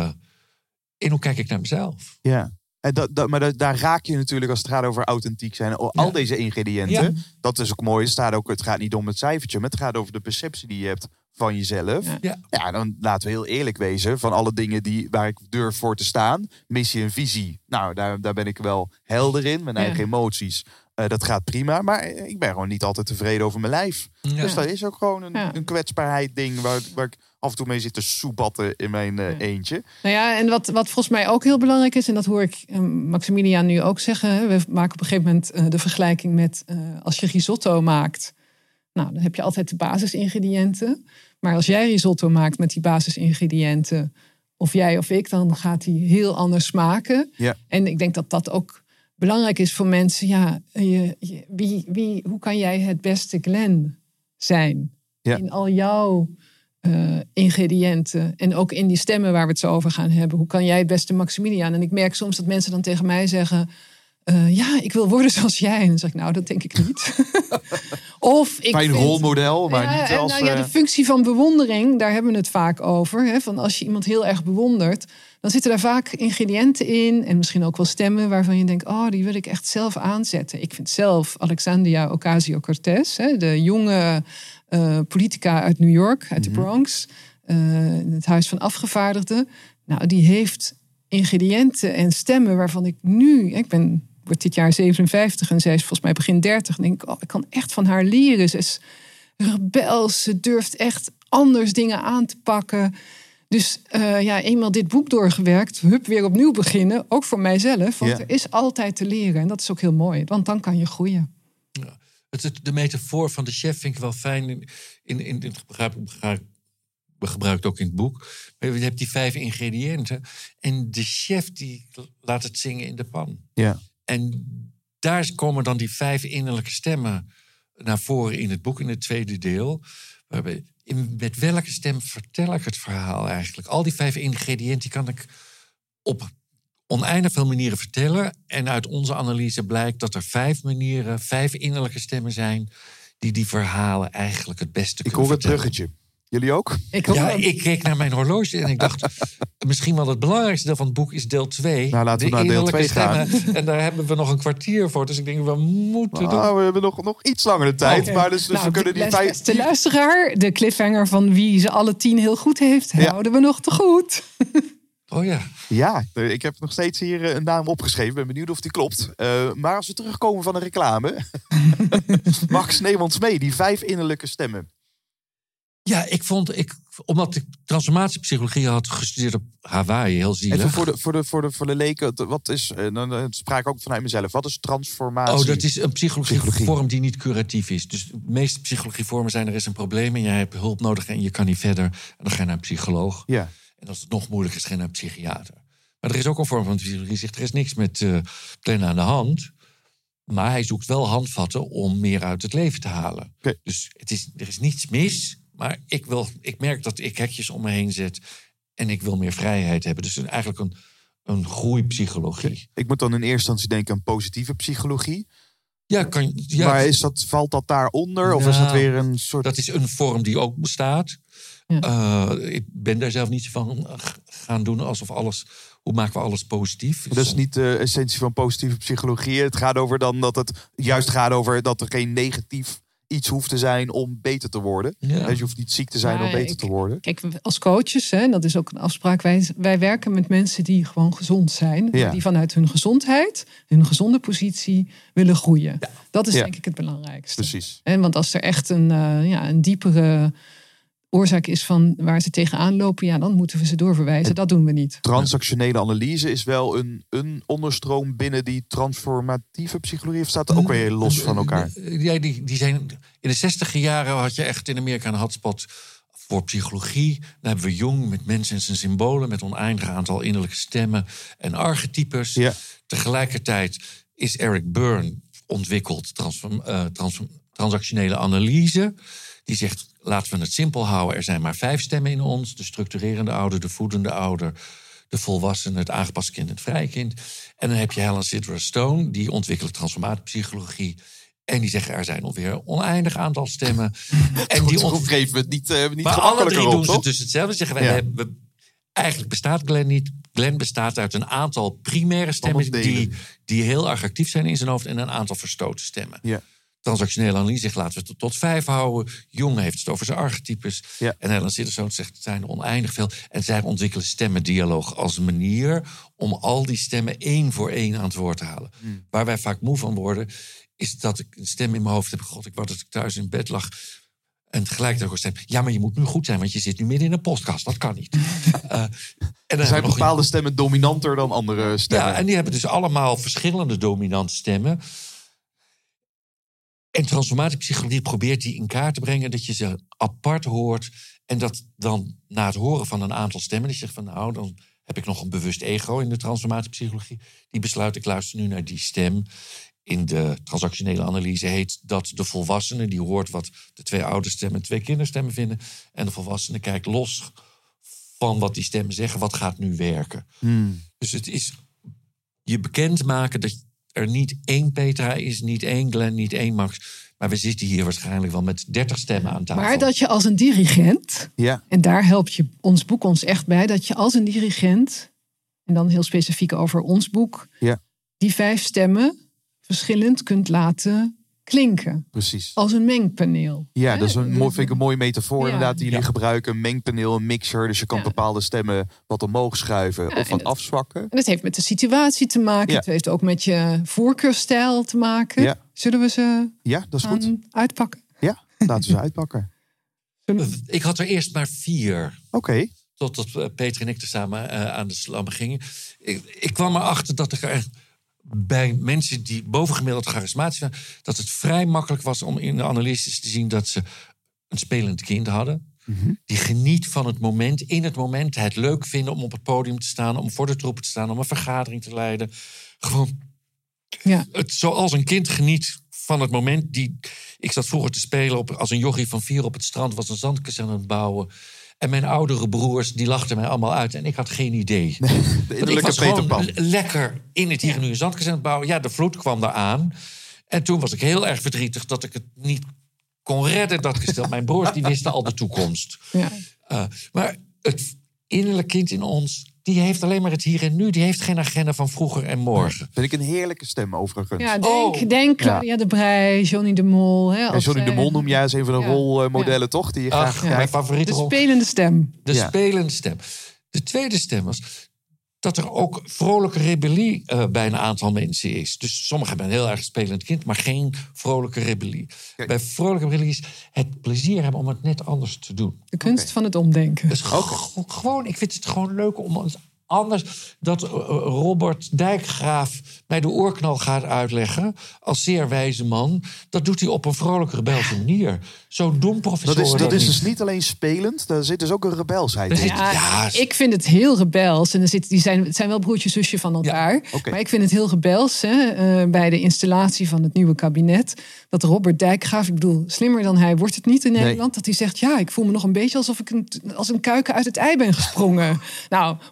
in hoe kijk ik naar mezelf. Ja. En daar raak je natuurlijk als het gaat over authentiek zijn. Al deze ingrediënten. Ja. Dat is ook mooi. Het gaat niet om het cijfertje, maar het gaat over de perceptie die je hebt van jezelf. Ja, dan laten we heel eerlijk wezen. Van alle dingen waar ik durf voor te staan. Missie en visie. Nou, daar ben ik wel helder in. Mijn eigen emoties. Dat gaat prima. Maar ik ben gewoon niet altijd tevreden over mijn lijf. Ja. Dus dat is ook gewoon een kwetsbaarheid ding waar ik af en toe mee zit te soebatten in mijn eentje. Nou ja, en wat volgens mij ook heel belangrijk is... en dat hoor ik Maximiliaan nu ook zeggen... we maken op een gegeven moment de vergelijking met... als je risotto maakt... nou, dan heb je altijd de basisingrediënten. Maar als jij risotto maakt met die basisingrediënten... of jij of ik, dan gaat die heel anders smaken. Ja. En ik denk dat dat ook belangrijk is voor mensen. Ja, hoe kan jij het beste Glenn zijn? Ja. In al jouw... ingrediënten en ook in die stemmen waar we het zo over gaan hebben. Hoe kan jij het beste Maximiliaan? En ik merk soms dat mensen dan tegen mij zeggen... ik wil worden zoals jij. En dan zeg ik, nou, dat denk ik niet. Of ik fijn rolmodel, maar niet als... de functie van bewondering, daar hebben we het vaak over. Hè, van als je iemand heel erg bewondert... dan zitten daar vaak ingrediënten in... en misschien ook wel stemmen waarvan je denkt... die wil ik echt zelf aanzetten. Ik vind zelf Alexandria Ocasio-Cortez... de jonge... politica uit New York, uit de Bronx. Het Huis van Afgevaardigden. Nou, die heeft ingrediënten en stemmen waarvan ik nu... word dit jaar 57 en zij is volgens mij begin 30. En denk ik, ik kan echt van haar leren. Ze is rebels, ze durft echt anders dingen aan te pakken. Dus eenmaal dit boek doorgewerkt, weer opnieuw beginnen. Ook voor mijzelf, want er is altijd te leren. En dat is ook heel mooi, want dan kan je groeien. Ja. De metafoor van de chef vind ik wel fijn. In het we gebruiken het ook in het boek. Maar je hebt die 5 ingrediënten. En de chef die laat het zingen in de pan. Ja. En daar komen dan die 5 innerlijke stemmen naar voren in het boek, in het tweede deel. Met welke stem vertel ik het verhaal eigenlijk? Al die 5 ingrediënten die kan ik op oneindig veel manieren vertellen. En uit onze analyse blijkt dat er 5 manieren, 5 innerlijke stemmen zijn die verhalen eigenlijk het beste kunnen vertellen. Ik hoor het bruggetje. Jullie ook? Ik keek naar mijn horloge en ik dacht... misschien wel het belangrijkste deel van het boek is deel 2. Nou, laten we naar deel 2 gaan. En daar hebben we nog een kwartier voor. Dus ik denk, we moeten... We hebben nog iets langer de tijd. Okay. Maar dus we kunnen die 5... De luisteraar, de cliffhanger van wie ze alle 10 heel goed heeft... houden we nog te goed. Oh ja. Ja, ik heb nog steeds hier een naam opgeschreven. Ben benieuwd of die klopt. Maar als we terugkomen van de reclame... Max, neem ons mee. Die 5 innerlijke stemmen. Ja, omdat ik transformatiepsychologie had gestudeerd op Hawaii, heel zielig. Even voor de leken, wat is, dan spraak ik ook vanuit mezelf, wat is transformatie? Dat is een psychologievorm die niet curatief is. Dus de meeste psychologievormen zijn, er is een probleem en jij hebt hulp nodig en je kan niet verder. En dan ga je naar een psycholoog. Ja. En als het nog moeilijker is, ga je naar een psychiater. Maar er is ook een vorm van psychologie die zegt, er is niks met Glenn aan de hand. Maar hij zoekt wel handvatten om meer uit het leven te halen. Okay. Dus er is niets mis... Maar ik merk dat ik hekjes om me heen zet. En ik wil meer vrijheid hebben. Dus eigenlijk een groeipsychologie. Ik moet dan in eerste instantie denken aan positieve psychologie. Maar valt dat daaronder? Of is dat weer een soort... Dat is een vorm die ook bestaat. Ja. Ik ben daar zelf niet van gaan doen alsof alles... Hoe maken we alles positief? Dat is niet de essentie van positieve psychologie. Het gaat over dan dat het juist gaat over dat er geen negatief iets hoeft te zijn om beter te worden. Ja. Dus je hoeft niet ziek te zijn om beter te worden. Kijk, als coaches, dat is ook een afspraak. Wij werken met mensen die gewoon gezond zijn. Ja. Die vanuit hun gezondheid, hun gezonde positie willen groeien. Ja. Dat is denk ik het belangrijkste. Precies. Want als er echt een diepere oorzaak is van waar ze tegenaan lopen, dan moeten we ze doorverwijzen. Dat doen we niet. Transactionele analyse is wel een onderstroom binnen die transformatieve psychologie. Of staat er ook weer los van elkaar? Ja, die zijn in de 60e jaren had je echt in Amerika een hotspot voor psychologie. Dan hebben we Jung met mensen en zijn symbolen, met oneindig aantal innerlijke stemmen en archetypes. Ja. Tegelijkertijd is Eric Berne ontwikkeld transactionele analyse. Die zegt, laten we het simpel houden. Er zijn maar 5 stemmen in ons. De structurerende ouder, de voedende ouder, de volwassene, het aangepaste kind en het vrije kind. En dan heb je Helen Sidra Stone, die ontwikkelt transformatiepsychologie. En die zeggen, er zijn ongeveer een oneindig aantal stemmen. En die geven het niet maar alle 3 doen ze dus hetzelfde. Zeggen eigenlijk bestaat Glenn niet. Glenn bestaat uit een aantal primaire stemmen die heel erg actief zijn in zijn hoofd en een aantal verstoten stemmen. Ja. Transactionele analyse zegt, laten we het tot 5 houden. Jung heeft het over zijn archetypes. Ja. En Helen Sidderstone zegt, het zijn er oneindig veel. En zij ontwikkelen stemmendialoog als een manier om al die stemmen 1 voor 1 aan het woord te halen. Waar wij vaak moe van worden, is dat ik een stem in mijn hoofd heb. God, ik wou dat ik thuis in bed lag. En tegelijkertijd ook een stem. Ja, maar je moet nu goed zijn, want je zit nu midden in een podcast. Dat kan niet. Er zijn bepaalde stemmen dominanter dan andere stemmen. Ja, en die hebben dus allemaal verschillende dominante stemmen. En transformatiepsychologie probeert die in kaart te brengen, dat je ze apart hoort. En dat dan na het horen van een aantal stemmen, dat je zegt van nou, dan heb ik nog een bewust ego in de transformatiepsychologie. Die besluit, ik luister nu naar die stem. In de transactionele analyse heet dat de volwassene, die hoort wat de 2 ouderstemmen en 2 kinderstemmen vinden. En de volwassene kijkt los van wat die stemmen zeggen, wat gaat nu werken. Dus het is je bekendmaken dat er niet 1 Petra is, niet 1 Glenn, niet 1 Max. Maar we zitten hier waarschijnlijk wel met 30 stemmen aan tafel. Maar dat je als een dirigent, en daar helpt je ons boek ons echt bij, dat je als een dirigent, en dan heel specifiek over ons boek, die 5 stemmen verschillend kunt laten klinken. Precies. Als een mengpaneel. Ja, dat is vind ik een mooie metafoor inderdaad die jullie gebruiken. Een mengpaneel, een mixer. Dus je kan bepaalde stemmen wat omhoog schuiven of wat afzwakken. En het heeft met de situatie te maken. Het heeft ook met je voorkeurstijl te maken. Ja. Zullen we ze dat is goed. Uitpakken? Ja, laten we ze uitpakken. Ik had er eerst maar 4. Oké. Totdat Peter en ik er samen aan de slam gingen. Ik kwam erachter dat ik er bij mensen die bovengemiddeld charismatisch waren, dat het vrij makkelijk was om in de analyses te zien dat ze een spelend kind hadden. Die geniet van het moment, in het moment het leuk vinden om op het podium te staan, om voor de troepen te staan, om een vergadering te leiden. Gewoon zoals een kind geniet van het moment. Ik zat vroeger te spelen als een jochie van 4 op het strand, was een zandkast aan het bouwen. En mijn oudere broers, die lachten mij allemaal uit. En ik had geen idee. Ik was gewoon lekker in het hier en nu een zandkast aan het bouwen. Ja, de vloed kwam eraan. En toen was ik heel erg verdrietig dat ik het niet kon redden, dat gesteld. Mijn broers, die wisten al de toekomst. Ja. Maar het innerlijke kind in ons, die heeft alleen maar het hier en nu. Die heeft geen agenda van vroeger en morgen. Vind ik een heerlijke stem overigens. Ja, denk Claudia de Breij, Johnny de Mol. Johnny de Mol noem jij als een van de rolmodellen, toch? Die je graag mijn favoriete rol. De spelende stem. De spelende stem. De tweede stem was dat er ook vrolijke rebellie bij een aantal mensen is. Dus sommigen hebben een heel erg spelend kind, maar geen vrolijke rebellie. Kijk. Bij vrolijke rebellie is het plezier hebben om het net anders te doen. De kunst van het omdenken. Dus gewoon, ik vind het gewoon leuk om eens anders dat Robert Dijkgraaf mij de oorknal gaat uitleggen als zeer wijze man. Dat doet hij op een vrolijke rebelse manier. Zo doen professoren dat is dus niet alleen spelend, daar zit dus ook een rebelsheid in. Ik vind het heel rebels. En het zijn wel broertje zusje van elkaar. Ja, okay. Maar ik vind het heel rebels bij de installatie van het nieuwe kabinet. Dat Robert Dijkgraaf, ik bedoel, slimmer dan hij wordt het niet in Nederland. Dat hij zegt, ik voel me nog een beetje alsof ik als een kuiken uit het ei ben gesprongen. Nou, hoe rebels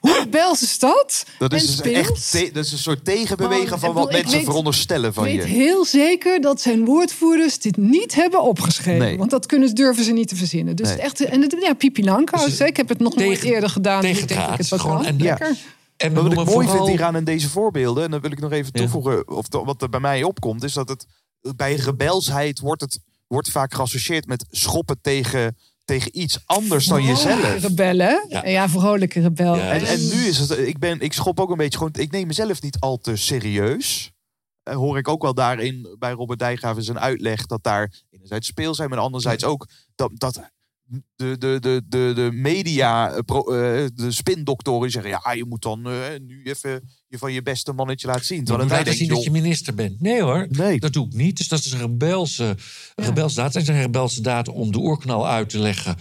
rebelse stad. Dat is en dus speels. echt dat is een soort tegenbewegen Man, van ik wat bedoel, ik mensen weet- veronderstellen van Ik weet je. heel zeker dat zijn woordvoerders dit niet hebben opgeschreven. Nee. Want dat durven ze niet te verzinnen. Dus Nee. echt, Pipi Langkous. Dus hè. Ik heb het nog nooit tegen- eerder gedaan. Dus ik denk dat ik tegendraads, het wel gewoon. kan. En- Lekker. En we Maar wat ik noemen mooi vooral... vind hieraan in deze voorbeelden, en dan wil ik nog even Ja. toevoegen, wat er bij mij opkomt, is dat het bij rebelsheid wordt vaak geassocieerd met schoppen tegen iets anders dan jezelf. Rebellen. Ja. Ja, vrolijke rebel. Ja, En nu is het, ik schop ook een beetje gewoon, ik neem mezelf niet al te serieus. Hoor ik ook wel daarin bij Robert Dijkgraaf in zijn uitleg dat daar enerzijds speel zijn, maar anderzijds ook dat de media, de spindoktoren zeggen, ja, je moet dan nu even je van je beste mannetje laten zien. Je Terwijl moet wij laten zien denken, dat je minister bent. Nee hoor, Nee. dat doe ik niet. Dus dat is een rebelse daad. Het is een rebelse daad om de oerknal uit te leggen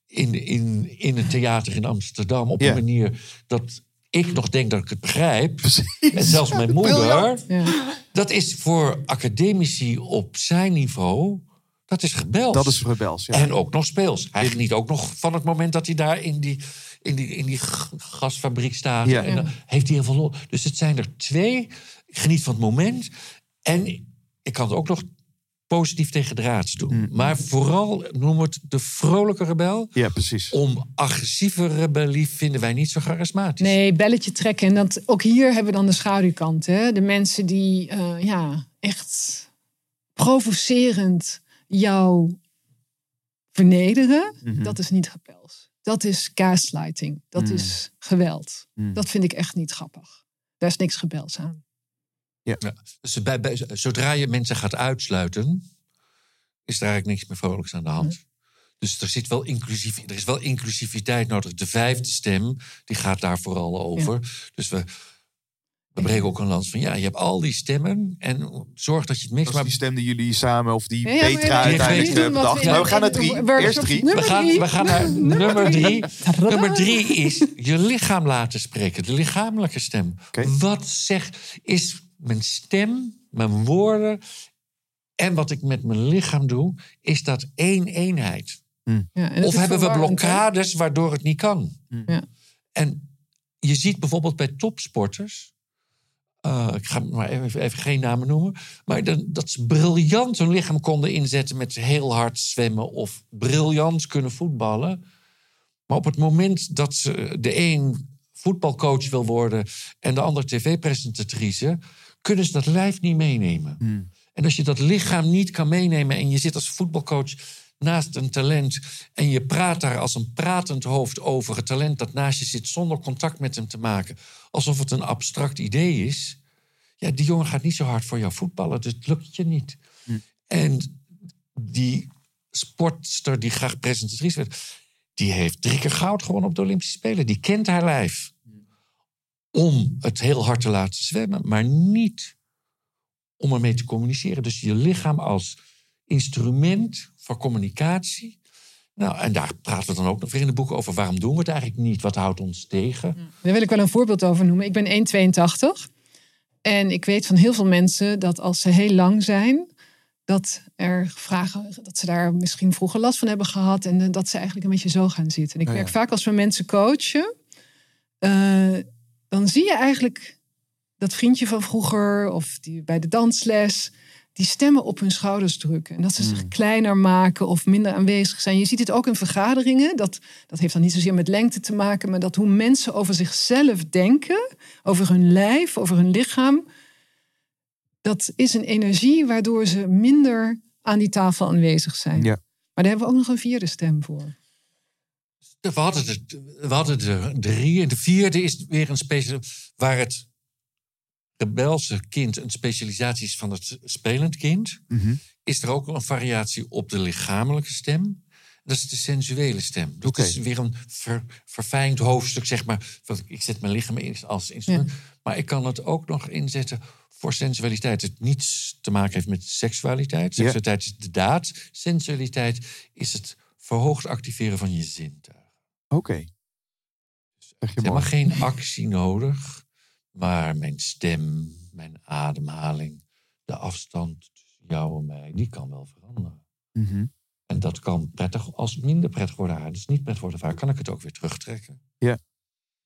in het theater in Amsterdam. Op Ja. een manier dat ik nog denk dat ik het begrijp. En zelfs mijn moeder. Briljant. Ja. Dat is voor academici op zijn niveau, dat is rebels. dat is rebels. Ja. En ook nog speels. Hij geniet ook nog van het moment dat hij daar in die gasfabriek staat. Ja. En dan heeft hij heel veel lol. Dus het zijn er twee. Ik geniet van het moment. En ik kan het ook nog positief tegen draads doen. Maar vooral noemen we het de vrolijke rebel. Ja, precies. Om agressieve rebellie vinden wij niet zo charismatisch. Nee, belletje trekken. En dat, ook hier hebben we dan de schaduwkant. Hè? De mensen die echt provocerend jou vernederen. Dat is niet rebels. Dat is gaslighting. Dat is geweld. Dat vind ik echt niet grappig. Daar is niks rebels aan. Ja. Dus zodra je mensen gaat uitsluiten, is er eigenlijk niks meer vrolijks aan de hand. Dus er is wel inclusiviteit nodig. De vijfde stem, die gaat daar vooral over. Dus we breken ook een lans van, je hebt al die stemmen en zorg dat je het mixt. Dat is die stem die jullie samen, of die Ja, maar Petra we uiteindelijk niet doen wat bedacht. we Maar we in gaan naar de 3. workshop- Eerst 3. We gaan naar nummer 3. Tadaa. Nummer 3 is je lichaam laten spreken. De lichamelijke stem. Oké. Wat is mijn stem, mijn woorden en wat ik met mijn lichaam doe, is dat één eenheid? Ja, en dat Of is hebben we verwarrend, hè? blokkades waardoor het niet kan? Ja. En je ziet bijvoorbeeld bij topsporters, ik ga maar even geen namen noemen, maar dat ze briljant hun lichaam konden inzetten met heel hard zwemmen of briljant kunnen voetballen. Maar op het moment dat ze de een voetbalcoach wil worden en de ander tv-presentatrice, kunnen ze dat lijf niet meenemen. En als je dat lichaam niet kan meenemen en je zit als voetbalcoach naast een talent en je praat daar als een pratend hoofd over het talent dat naast je zit zonder contact met hem te maken, alsof het een abstract idee is, die jongen gaat niet zo hard voor jou voetballen, dus het lukt je niet. En die sportster die graag presentatrice werd, die heeft 3 keer goud gewonnen op de Olympische Spelen. Die kent haar lijf om het heel hard te laten zwemmen, maar niet om ermee te communiceren. Dus je lichaam als instrument voor communicatie. Nou, en daar praten we dan ook nog weer in de boeken over. Waarom doen we het eigenlijk niet? Wat houdt ons tegen? Daar wil ik wel een voorbeeld over noemen. Ik ben 1,82. En ik weet van heel veel mensen dat als ze heel lang zijn, dat er vragen, dat ze daar misschien vroeger last van hebben gehad. En dat ze eigenlijk een beetje zo gaan zitten. En ik merk vaak als we mensen coachen, dan zie je eigenlijk dat vriendje van vroeger of die bij de dansles, die stemmen op hun schouders drukken. En dat ze zich kleiner maken of minder aanwezig zijn. Je ziet het ook in vergaderingen. Dat heeft dan niet zozeer met lengte te maken, maar dat hoe mensen over zichzelf denken, over hun lijf, over hun lichaam, dat is een energie waardoor ze minder aan die tafel aanwezig zijn. Ja. Maar daar hebben we ook nog een vierde stem voor. We hadden er 3. En de vierde is weer een waar het rebelse kind een specialisatie is van het spelend kind. Is er ook een variatie op de lichamelijke stem. Dat is de sensuele stem. Dat is weer een verfijnd hoofdstuk, zeg maar. Ik zet mijn lichaam in als instrument. Ja. Maar ik kan het ook nog inzetten voor sensualiteit. Het niets te maken heeft met seksualiteit. Seksualiteit is de daad. Sensualiteit is het verhoogd activeren van je zintuigen. Oké. Er is helemaal geen actie nodig. Maar mijn stem, mijn ademhaling, de afstand tussen jou en mij, die kan wel veranderen. En dat kan prettig als minder prettig worden. Dus niet prettig worden vaak, kan ik het ook weer terugtrekken. Ja.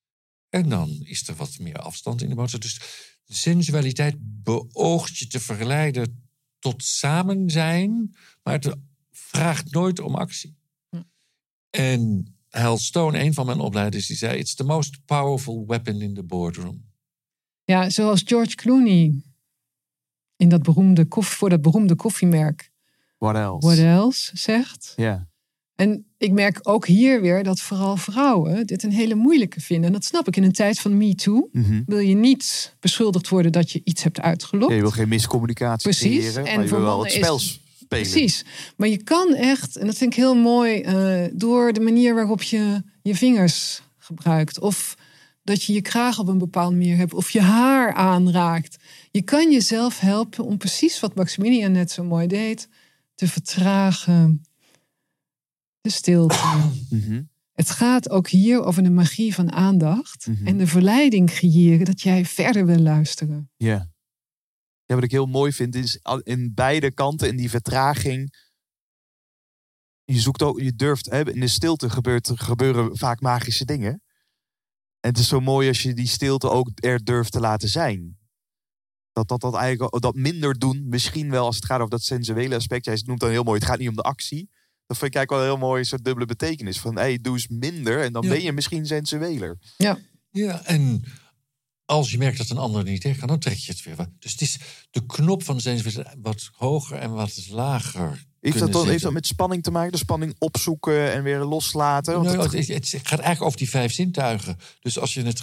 En dan is er wat meer afstand in de boodschap. Dus de sensualiteit beoogt je te verleiden tot samen zijn, maar het vraagt nooit om actie. En Hal Stone, een van mijn opleiders, die zei: "It's the most powerful weapon in the boardroom." Ja, zoals George Clooney in dat voor dat beroemde koffiemerk What Else zegt. Ja. En ik merk ook hier weer dat vooral vrouwen dit een hele moeilijke vinden. En dat snap ik. In een tijd van Me Too wil je niet beschuldigd worden dat je iets hebt uitgelokt. Je wil geen miscommunicatie creëren, maar je wil wel het spel spelen. Precies. Maar je kan echt, en dat vind ik heel mooi, door de manier waarop je je vingers gebruikt. Of dat je je kraag op een bepaalde manier hebt. Of je haar aanraakt. Je kan jezelf helpen om precies wat Maximilian net zo mooi deed. Te vertragen. De stilte. Het gaat ook hier over de magie van aandacht. En de verleiding creëren dat jij verder wil luisteren. Ja. Ja, wat ik heel mooi vind is in beide kanten, in die vertraging. Je zoekt ook, je durft, in de stilte gebeuren vaak magische dingen. En het is zo mooi als je die stilte ook er durft te laten zijn. Dat eigenlijk dat minder doen, misschien wel als het gaat over dat sensuele aspect. Jij noemt dan heel mooi, het gaat niet om de actie. Dat vind ik eigenlijk wel een heel mooi soort dubbele betekenis. Van, doe eens minder en dan ben je misschien sensueler. Ja. Ja, en als je merkt dat een ander niet tegen kan, dan trek je het weer. Dus het is de knop van de sensualiteit wat hoger en wat lager. Heeft dat met spanning te maken? De spanning opzoeken en weer loslaten? Het gaat eigenlijk over die 5 zintuigen. Dus als je het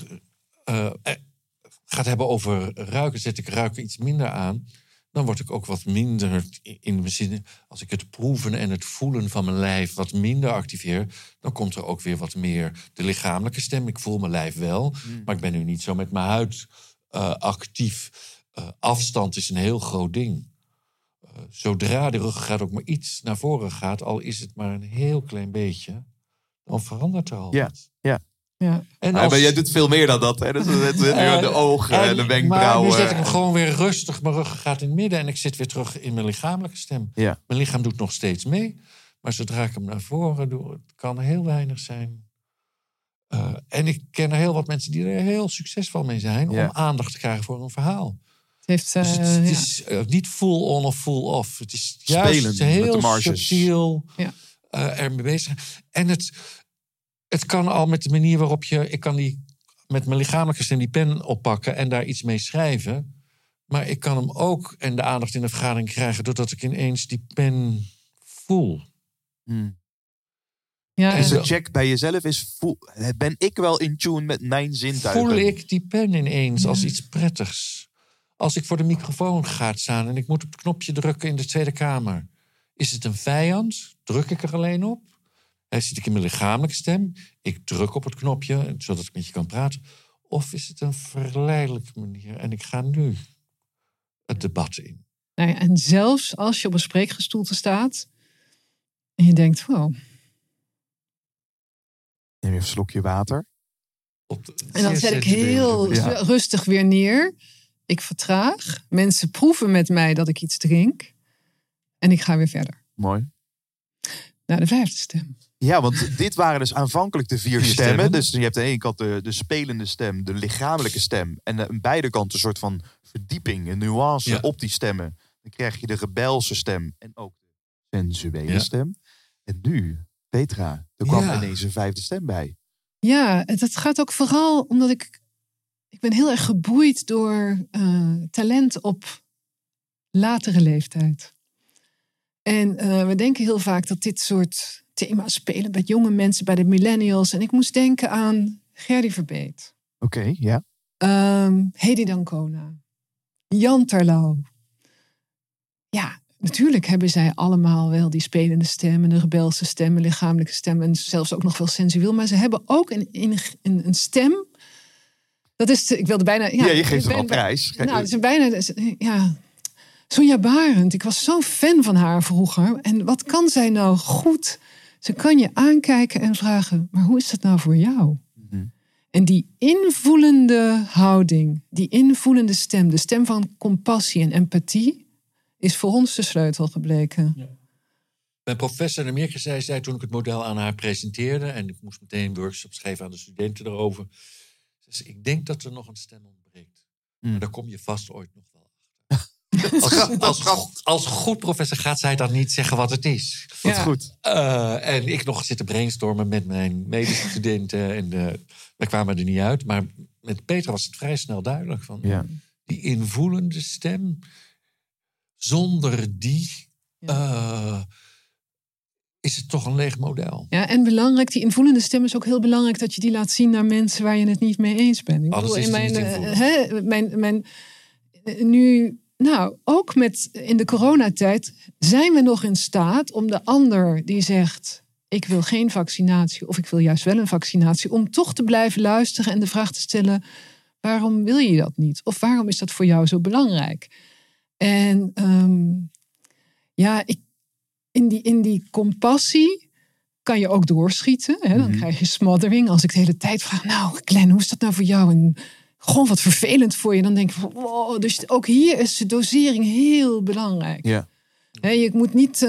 gaat hebben over ruiken, zet ik ruiken iets minder aan. Dan word ik ook wat minder in mijn zin. Als ik het proeven en het voelen van mijn lijf wat minder activeer, dan komt er ook weer wat meer de lichamelijke stem. Ik voel mijn lijf wel, maar ik ben nu niet zo met mijn huid actief. Afstand is een heel groot ding. Zodra de ruggengraat ook maar iets naar voren gaat, al is het maar een heel klein beetje, dan verandert er al wat. Ja. Maar jij doet veel meer dan dat. Hè? Dus de ogen en de wenkbrauwen. Maar nu zet ik hem gewoon weer rustig. Mijn rug gaat in het midden en ik zit weer terug in mijn lichamelijke stem. Ja. Mijn lichaam doet nog steeds mee. Maar zodra ik hem naar voren doe, het kan heel weinig zijn. En ik ken er heel wat mensen die er heel succesvol mee zijn om aandacht te krijgen voor een verhaal. Het is niet full on of full off. Het is juist heel subtiel ermee bezig. En het kan al met de manier waarop ik kan met mijn lichamelijke stem die pen oppakken en daar iets mee schrijven. Maar ik kan hem ook en de aandacht in de vergadering krijgen doordat ik ineens die pen voel. Ja, dus de check bij jezelf is, ben ik wel in tune met mijn zintuigen? Voel ik die pen ineens als iets prettigs? Als ik voor de microfoon ga staan en ik moet op het knopje drukken in de Tweede Kamer. Is het een vijand? Druk ik er alleen op? Zit ik in mijn lichamelijke stem? Ik druk op het knopje, zodat ik met je kan praten. Of is het een verleidelijke manier? En ik ga nu het debat in. Nou ja, en zelfs als je op een spreekgestoelte staat en je denkt, wow. Neem je een slokje water. En dan zet ik heel rustig weer neer. Ik vertraag. Mensen proeven met mij dat ik iets drink. En ik ga weer verder. Mooi. Naar de 5e stem. Ja, want dit waren dus aanvankelijk de 4 stemmen. Dus je hebt aan de ene kant de spelende stem, de lichamelijke stem. En aan beide kanten een soort van verdieping, een nuance op die stemmen. Dan krijg je de rebelse stem en ook de sensuele stem. En nu, Petra, er kwam ineens een 5e stem bij. Ja, dat gaat ook vooral omdat ik ben heel erg geboeid door talent op latere leeftijd. En we denken heel vaak dat dit soort thema's spelen bij jonge mensen, bij de millennials. En ik moest denken aan Gerdy Verbeet. Oké, ja. Hedy Dancona. Jan Terlouw. Ja, natuurlijk hebben zij allemaal wel die spelende stem, de rebelse stem, lichamelijke stem en zelfs ook nog wel sensueel. Maar ze hebben ook een stem. Dat is, ik wilde bijna. Ja, je geeft het al prijs. Nou, het is bijna. Ja. Sonja Barend, ik was zo'n fan van haar vroeger. En wat kan zij nou goed? Ze kan je aankijken en vragen, maar hoe is dat nou voor jou? En die invoelende houding, die invoelende stem, de stem van compassie en empathie, is voor ons de sleutel gebleken. Ja. Mijn professor in Amerika zei toen ik het model aan haar presenteerde, en ik moest meteen workshops geven aan de studenten erover, Dus ik denk dat er nog een stem ontbreekt. Maar daar kom je vast ooit nog wel achter. Als goed professor gaat zij dan niet zeggen wat het is. Wat goed. En ik nog zitten brainstormen met mijn medestudenten. En we kwamen er niet uit. Maar met Petra was het vrij snel duidelijk. Van, die invoelende stem. Zonder die is het toch een leeg model. Ja, en belangrijk, die invoelende stem is ook heel belangrijk... dat je die laat zien naar mensen waar je het niet mee eens bent. Alles is niet invoelend. Nu, ook in de coronatijd zijn we nog in staat om de ander die zegt... ik wil geen vaccinatie of ik wil juist wel een vaccinatie... om toch te blijven luisteren en de vraag te stellen... waarom wil je dat niet? Of waarom is dat voor jou zo belangrijk? En in die compassie kan je ook doorschieten. Hè? Dan krijg je smothering. Als ik de hele tijd vraag, Glenn, hoe is dat nou voor jou? En gewoon wat vervelend voor je. Dan denk je van, wow, dus ook hier is de dosering heel belangrijk. Ja. Je moet niet...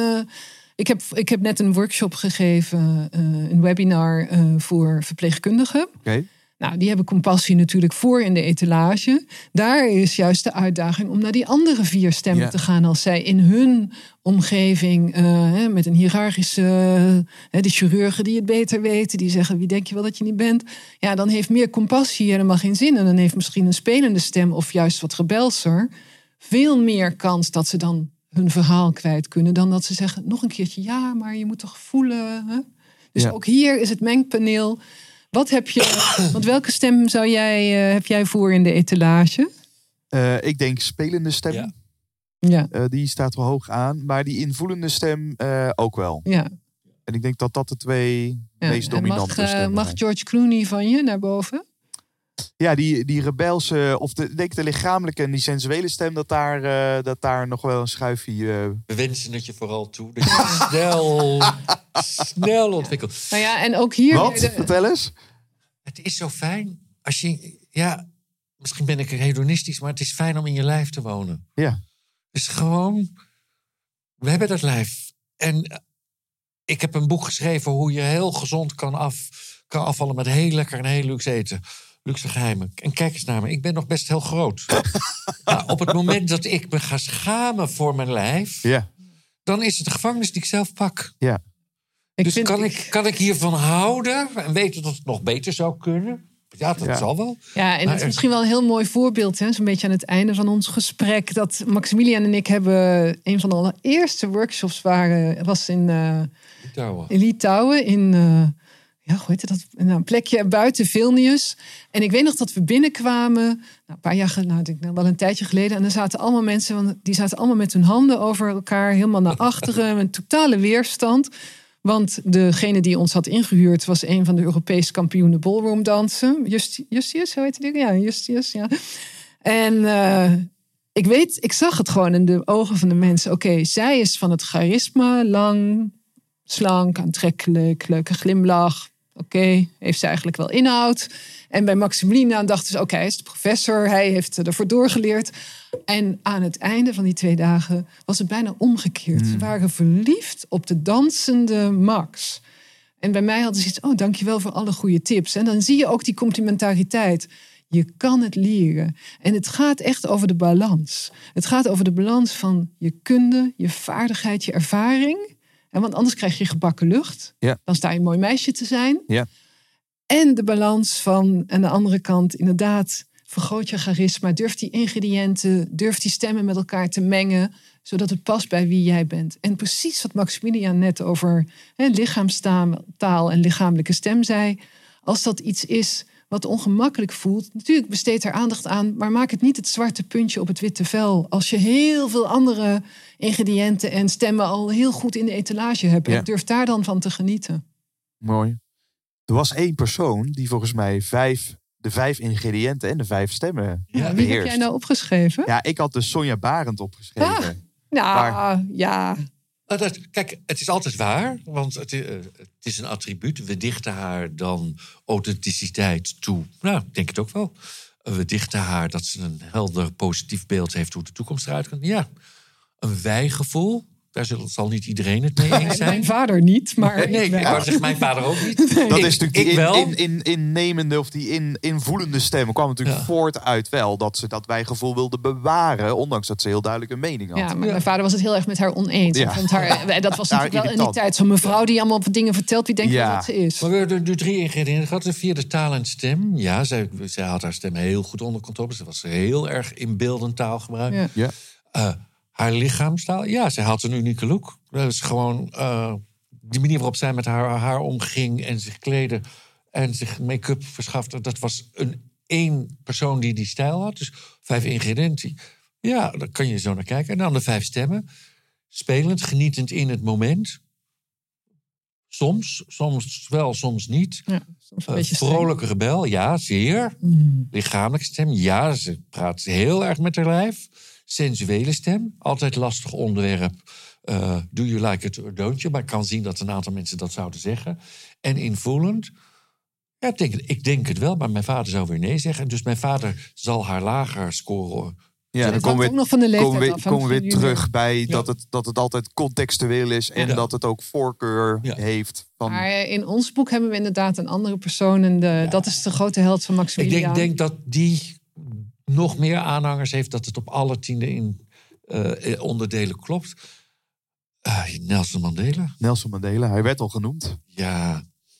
Ik heb net een workshop gegeven, een webinar voor verpleegkundigen. Okay. Nou, die hebben compassie natuurlijk voor in de etalage. Daar is juist de uitdaging om naar die andere 4 stemmen te gaan. Als zij in hun omgeving met een hiërarchische... de chirurgen die het beter weten, die zeggen... wie denk je wel dat je niet bent? Ja, dan heeft meer compassie helemaal geen zin. En dan heeft misschien een spelende stem of juist wat rebelser... veel meer kans dat ze dan hun verhaal kwijt kunnen... dan dat ze zeggen, nog een keertje, ja, maar je moet toch voelen... Hè? Dus ook hier is het mengpaneel... Wat heb je? Want welke stem heb jij voor in de etalage? Ik denk spelende stem. Ja. Die staat wel hoog aan. Maar die invoelende stem ook wel. Ja. En ik denk dat dat de 2 meest dominante stemmen zijn. Mag George Clooney van je naar boven? Ja, die rebelse, of de lichamelijke en die sensuele stem... dat daar nog wel een schuifje... We wensen het je vooral toe. Dat je snel ontwikkelt. Nou ja, en ook hier... Wat? Vertel eens. Het is zo fijn. Als je... Ja, misschien ben ik hedonistisch... maar het is fijn om in je lijf te wonen. Ja. Dus gewoon... We hebben dat lijf. En ik heb een boek geschreven... hoe je heel gezond kan afvallen... met heel lekker en heel luxe eten... Luxe geheimen. En kijk eens naar me. Ik ben nog best heel groot. Maar op het moment dat ik me ga schamen voor mijn lijf... dan is het de gevangenis die ik zelf pak. Ja. Dus kan ik hiervan houden... en weten dat het nog beter zou kunnen? Ja, dat zal wel. Ja, en het is misschien wel een heel mooi voorbeeld... zo'n beetje aan het einde van ons gesprek... dat Maximilian en ik hebben... een van de allereerste workshops was in Litouwen... hoe heet dat? Een plekje buiten Vilnius. En ik weet nog dat we binnenkwamen... een paar jaar geleden, wel een tijdje geleden... en er zaten allemaal mensen... die zaten allemaal met hun handen over elkaar... helemaal naar achteren, met totale weerstand... Want degene die ons had ingehuurd... was een van de Europese kampioenen ballroom dansen. Justius, hoe heet die? Ja, Justius, ja. En ik zag het gewoon in de ogen van de mensen. Oké, zij is van het charisma, lang, slank, aantrekkelijk, leuke glimlach. Oké, heeft ze eigenlijk wel inhoud. En bij Maximilian dachten ze, hij is de professor. Hij heeft ervoor doorgeleerd. En aan het einde van die 2 dagen was het bijna omgekeerd. Ze waren verliefd op de dansende Max. En bij mij hadden ze iets, dankjewel voor alle goede tips. En dan zie je ook die complementariteit. Je kan het leren. En het gaat echt over de balans. Het gaat over de balans van je kunde, je vaardigheid, je ervaring... Want anders krijg je gebakken lucht. Ja. Dan sta je een mooi meisje te zijn. Ja. En de balans van, aan de andere kant, inderdaad, vergroot je charisma. Durf die ingrediënten, durf die stemmen met elkaar te mengen. Zodat het past bij wie jij bent. En precies wat Maximilian net over lichaamstaal en lichamelijke stem zei. Als dat iets is wat ongemakkelijk voelt. Natuurlijk besteed er aandacht aan. Maar maak het niet het zwarte puntje op het witte vel. Als je heel veel andere ingrediënten en stemmen al heel goed in de etalage hebt. Ja. Durf daar dan van te genieten. Mooi. Er was 1 persoon die volgens mij de 5 ingrediënten en de 5 stemmen beheerst. Wie heb jij nou opgeschreven? Ja, ik had dus Sonja Barend opgeschreven. Ja. Kijk, het is altijd waar, want het is een attribuut. We dichten haar dan authenticiteit toe. Nou, ik denk het ook wel. We dichten haar dat ze een helder, positief beeld heeft hoe de toekomst eruit kan. Ja, een wijgevoel. Daar zal niet iedereen het mee eens zijn. Mijn vader niet, maar Nee, ik wel. ik wou zeggen, mijn vader ook niet. Dat is natuurlijk ik die innemende of die invoelende stem kwam natuurlijk voort uit wel dat wij gevoel wilden bewaren, ondanks dat ze heel duidelijk een mening had. Ja, maar mijn vader was het heel erg met haar oneens. Ja. Vond haar, dat was natuurlijk wel in die irritant. tijd zo'n mevrouw die allemaal dingen vertelt. Wie denkt Ja. dat ze is? Maar we hebben de 3 ingrediënten gehad. De 4e taal en stem. Ja, zij had haar stem heel goed onder controle. Ze was heel erg inbeeldend taalgebruik. Ja. Haar lichaamstaal. Ja, zij had een unieke look. Dat is gewoon die manier waarop zij met haar omging en zich kleedde en zich make-up verschafte. Dat was één persoon die stijl had. Dus 5 ingrediënten. Ja, daar kan je zo naar kijken. En dan de 5 stemmen. Spelend, genietend in het moment. Soms wel, soms niet. Ja, soms een beetje Vrolijke rebel, ja, zeer. Lichamelijke stem, ja, ze praat heel erg met haar lijf. Sensuele stem, altijd lastig onderwerp. Do you like it or don't you? Maar ik kan zien dat een aantal mensen dat zouden zeggen. En invoelend. Ja, ik denk het wel, maar mijn vader zou weer nee zeggen. Dus mijn vader zal haar lager scoren. Ja, dan hangt ook nog van de leeftijd af, komen we weer van terug bij dat het altijd contextueel is en dat het ook voorkeur heeft. Maar in ons boek hebben we inderdaad een andere persoon. En dat is de grote held van Maximiliaan. Ik denk dat die nog meer aanhangers heeft, dat het op alle 10 onderdelen klopt. Nelson Mandela. Nelson Mandela, hij werd al genoemd. Ja,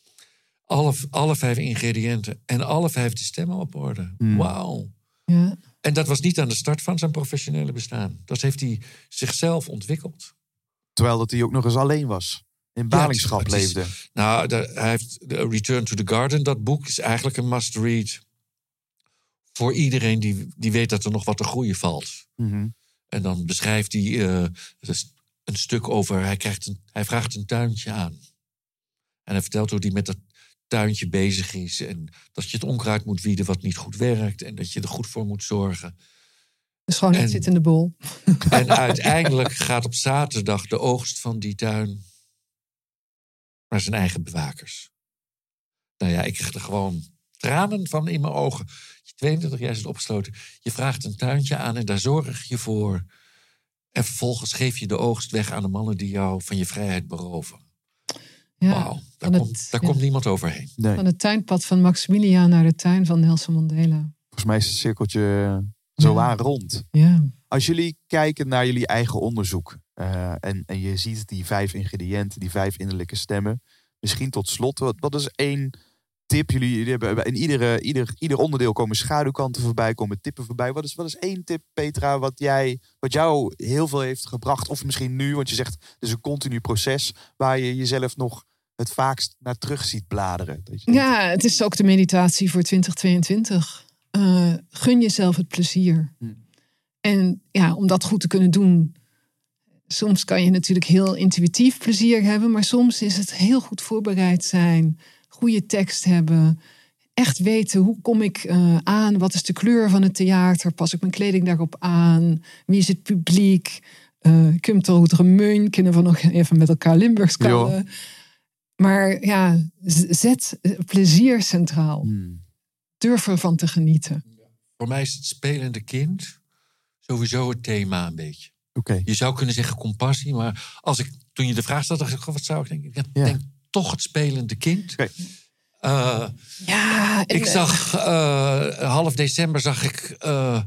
alle 5 ingrediënten en alle 5 de stemmen op orde. Wauw. Ja. En dat was niet aan de start van zijn professionele bestaan. Dat heeft hij zichzelf ontwikkeld. Terwijl dat hij ook nog eens alleen was. In ballingschap leefde. Hij heeft Return to the Garden. Dat boek is eigenlijk een must-read. Voor iedereen die weet dat er nog wat te groeien valt. Mm-hmm. En dan beschrijft hij een stuk over... Hij vraagt een tuintje aan. En hij vertelt hoe hij met dat tuintje bezig is. En dat je het onkruid moet wieden wat niet goed werkt. En dat je er goed voor moet zorgen. De schoonheid zit in de bol. En uiteindelijk gaat op zaterdag de oogst van die tuin naar zijn eigen bewakers. Nou ja, ik krijg er gewoon tranen van in mijn ogen. Je 22 jaar zit opgesloten. Je vraagt een tuintje aan en daar zorg je voor. En vervolgens geef je de oogst weg aan de mannen die jou van je vrijheid beroven. Ja, wauw, daar komt niemand overheen. Nee. Van het tuinpad van Maximiliaan naar de tuin van Nelson Mandela. Volgens mij is het cirkeltje zo aan rond. Ja. Als jullie kijken naar jullie eigen onderzoek en je ziet die 5 ingrediënten, die 5 innerlijke stemmen. Misschien tot slot, wat is 1 tip? Jullie hebben in ieder onderdeel komen schaduwkanten voorbij, komen tippen voorbij. Wat is 1 tip, Petra, wat jou heel veel heeft gebracht? Of misschien nu, want je zegt het is een continu proces waar je jezelf nog het vaakst naar terug ziet bladeren. Ja, het is ook de meditatie voor 2022. Gun jezelf het plezier. En ja, om dat goed te kunnen doen, soms kan je natuurlijk heel intuïtief plezier hebben, maar soms is het heel goed voorbereid zijn, goede tekst hebben, echt weten hoe kom ik aan, wat is de kleur van het theater, pas ik mijn kleding daarop aan, wie is het publiek, kunt er goed remeun, kunnen we nog even met elkaar Limburgs kallen. Maar ja, zet plezier centraal. Durf ervan te genieten. Voor mij is het spelende kind sowieso het thema een beetje. Okay. Je zou kunnen zeggen compassie, maar toen je de vraag stelde, dacht ik, wat zou ik denken? Ik denk toch het spelende kind. Okay. Ik zag half december zag ik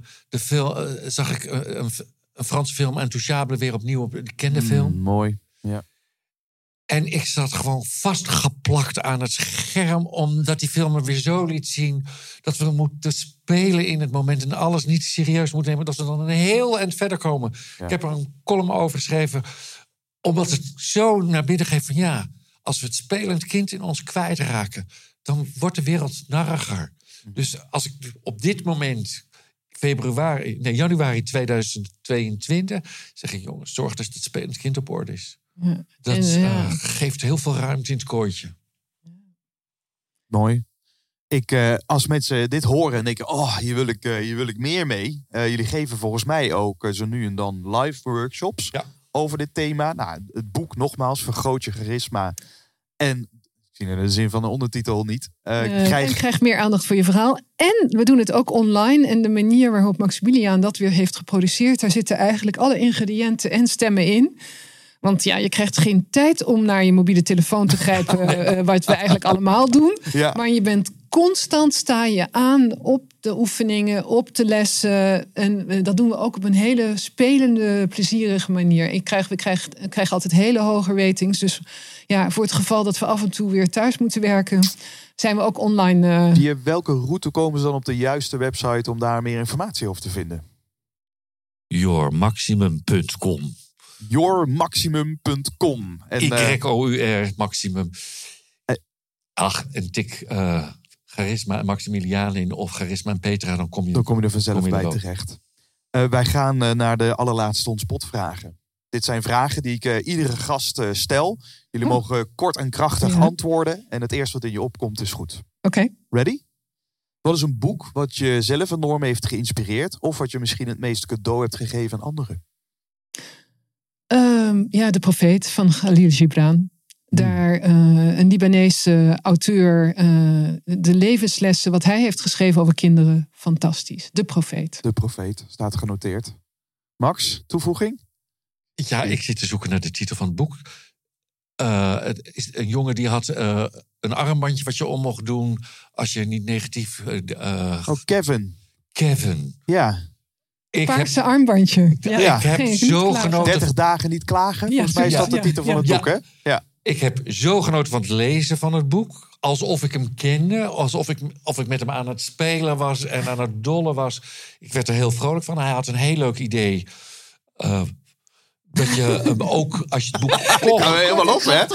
een Franse film, Intouchable, weer opnieuw op de kende film. Mooi, ja. En ik zat gewoon vastgeplakt aan het scherm, omdat die film me weer zo liet zien dat we moeten spelen in het moment en alles niet serieus moeten nemen, dat we dan een heel eind verder komen. Ja. Ik heb er een column over geschreven, omdat het zo naar binnen geeft van ja, als we het spelend kind in ons kwijtraken, dan wordt de wereld narriger. Dus als ik op dit moment, januari 2022, zeg ik jongens, zorg dat het spelend kind op orde is. Ja. Dat geeft heel veel ruimte in het kooitje. Mooi. Als mensen dit horen en denken, hier wil ik meer mee. Jullie geven volgens mij ook zo nu en dan live workshops over dit thema. Nou, het boek nogmaals, Vergroot je charisma. En ik zie de zin van de ondertitel niet. Krijg meer aandacht voor je verhaal. En we doen het ook online. En de manier waarop Maximiliaan dat weer heeft geproduceerd, daar zitten eigenlijk alle ingrediënten en stemmen in. Want ja, je krijgt geen tijd om naar je mobiele telefoon te grijpen, wat we eigenlijk allemaal doen. Ja. Maar je bent constant, sta je aan op de oefeningen, op de lessen. En dat doen we ook op een hele spelende, plezierige manier. We krijgen altijd hele hoge ratings. Dus ja, voor het geval dat we af en toe weer thuis moeten werken, zijn we ook online. Via welke route komen ze dan op de juiste website om daar meer informatie over te vinden? yourmaximum.com. yourmaximum.com. YOUR maximum. Ach, een tik Charisma en Maximiliaan in of Charisma en Petra, dan kom je er vanzelf bij ook terecht. Wij gaan naar de allerlaatste ontspotvragen. Dit zijn vragen die ik iedere gast stel. Jullie mogen kort en krachtig antwoorden. En het eerste wat in je opkomt is goed. Oké. Ready? Wat is een boek wat je zelf enorm heeft geïnspireerd? Of wat je misschien het meest cadeau hebt gegeven aan anderen? De Profeet van Khalil Gibran. Daar een Libanese auteur, de levenslessen wat hij heeft geschreven over kinderen, fantastisch. De Profeet. De Profeet, staat genoteerd. Max, toevoeging? Ja, ik zit te zoeken naar de titel van het boek. Het is een jongen die had een armbandje wat je om mocht doen als je niet negatief... Kevin. Kevin. Ja. Paarse armbandje. Ja. Ik heb zo genoten. 30 dagen niet klagen. Volgens mij is dat de titel van het boek, hè? Ja. Ik heb zo genoten van het lezen van het boek. Alsof ik hem kende. Alsof ik met hem aan het spelen was en aan het dollen was. Ik werd er heel vrolijk van. Hij had een heel leuk idee. Dat je hem ook, als je het boek kocht... Gaan we helemaal op, hè?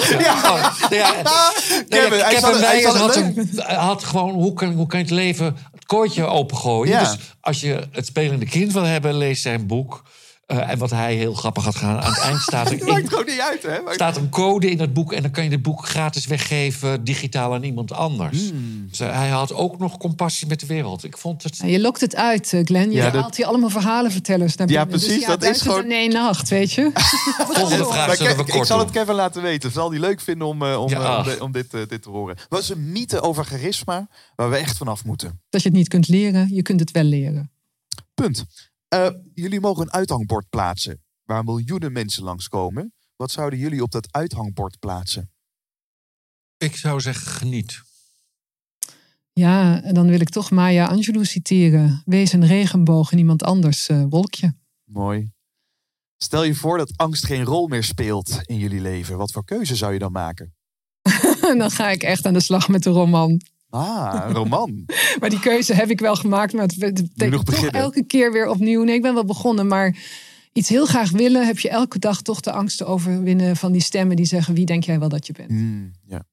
Hij had gewoon, hoe kan je het leven, het kooitje opengooien. Ja. Dus als je het spelende kind wil hebben, lees zijn boek. En wat hij heel grappig had gedaan. Aan het eind staat er... maakt gewoon niet uit, hè? Staat een code in het boek en dan kan je het boek gratis weggeven, digitaal aan iemand anders. Dus hij had ook nog compassie met de wereld. Ik vond het... Je lokt het uit, Glenn. Je haalt hier allemaal verhalenvertellers naar binnen. Ja, precies. Dus dat is gewoon... in één nacht, weet je. Volgende vraag zullen we kort Ik zal het doen. Kevin laten weten. Zal hij leuk vinden om dit te horen. Wat is een mythe over charisma waar we echt vanaf moeten? Dat je het niet kunt leren, je kunt het wel leren. Punt. Jullie mogen een uithangbord plaatsen waar miljoenen mensen langskomen. Wat zouden jullie op dat uithangbord plaatsen? Ik zou zeggen, geniet. Ja, en dan wil ik toch Maya Angelou citeren. Wees een regenboog en iemand anders wolkje. Mooi. Stel je voor dat angst geen rol meer speelt in jullie leven. Wat voor keuze zou je dan maken? Dan ga ik echt aan de slag met de roman. Ah, een roman. Maar die keuze heb ik wel gemaakt. Maar het betekent toch elke keer weer opnieuw. Nee, ik ben wel begonnen, maar iets heel graag willen... heb je elke dag toch de angst te overwinnen van die stemmen die zeggen... wie denk jij wel dat je bent? Ja.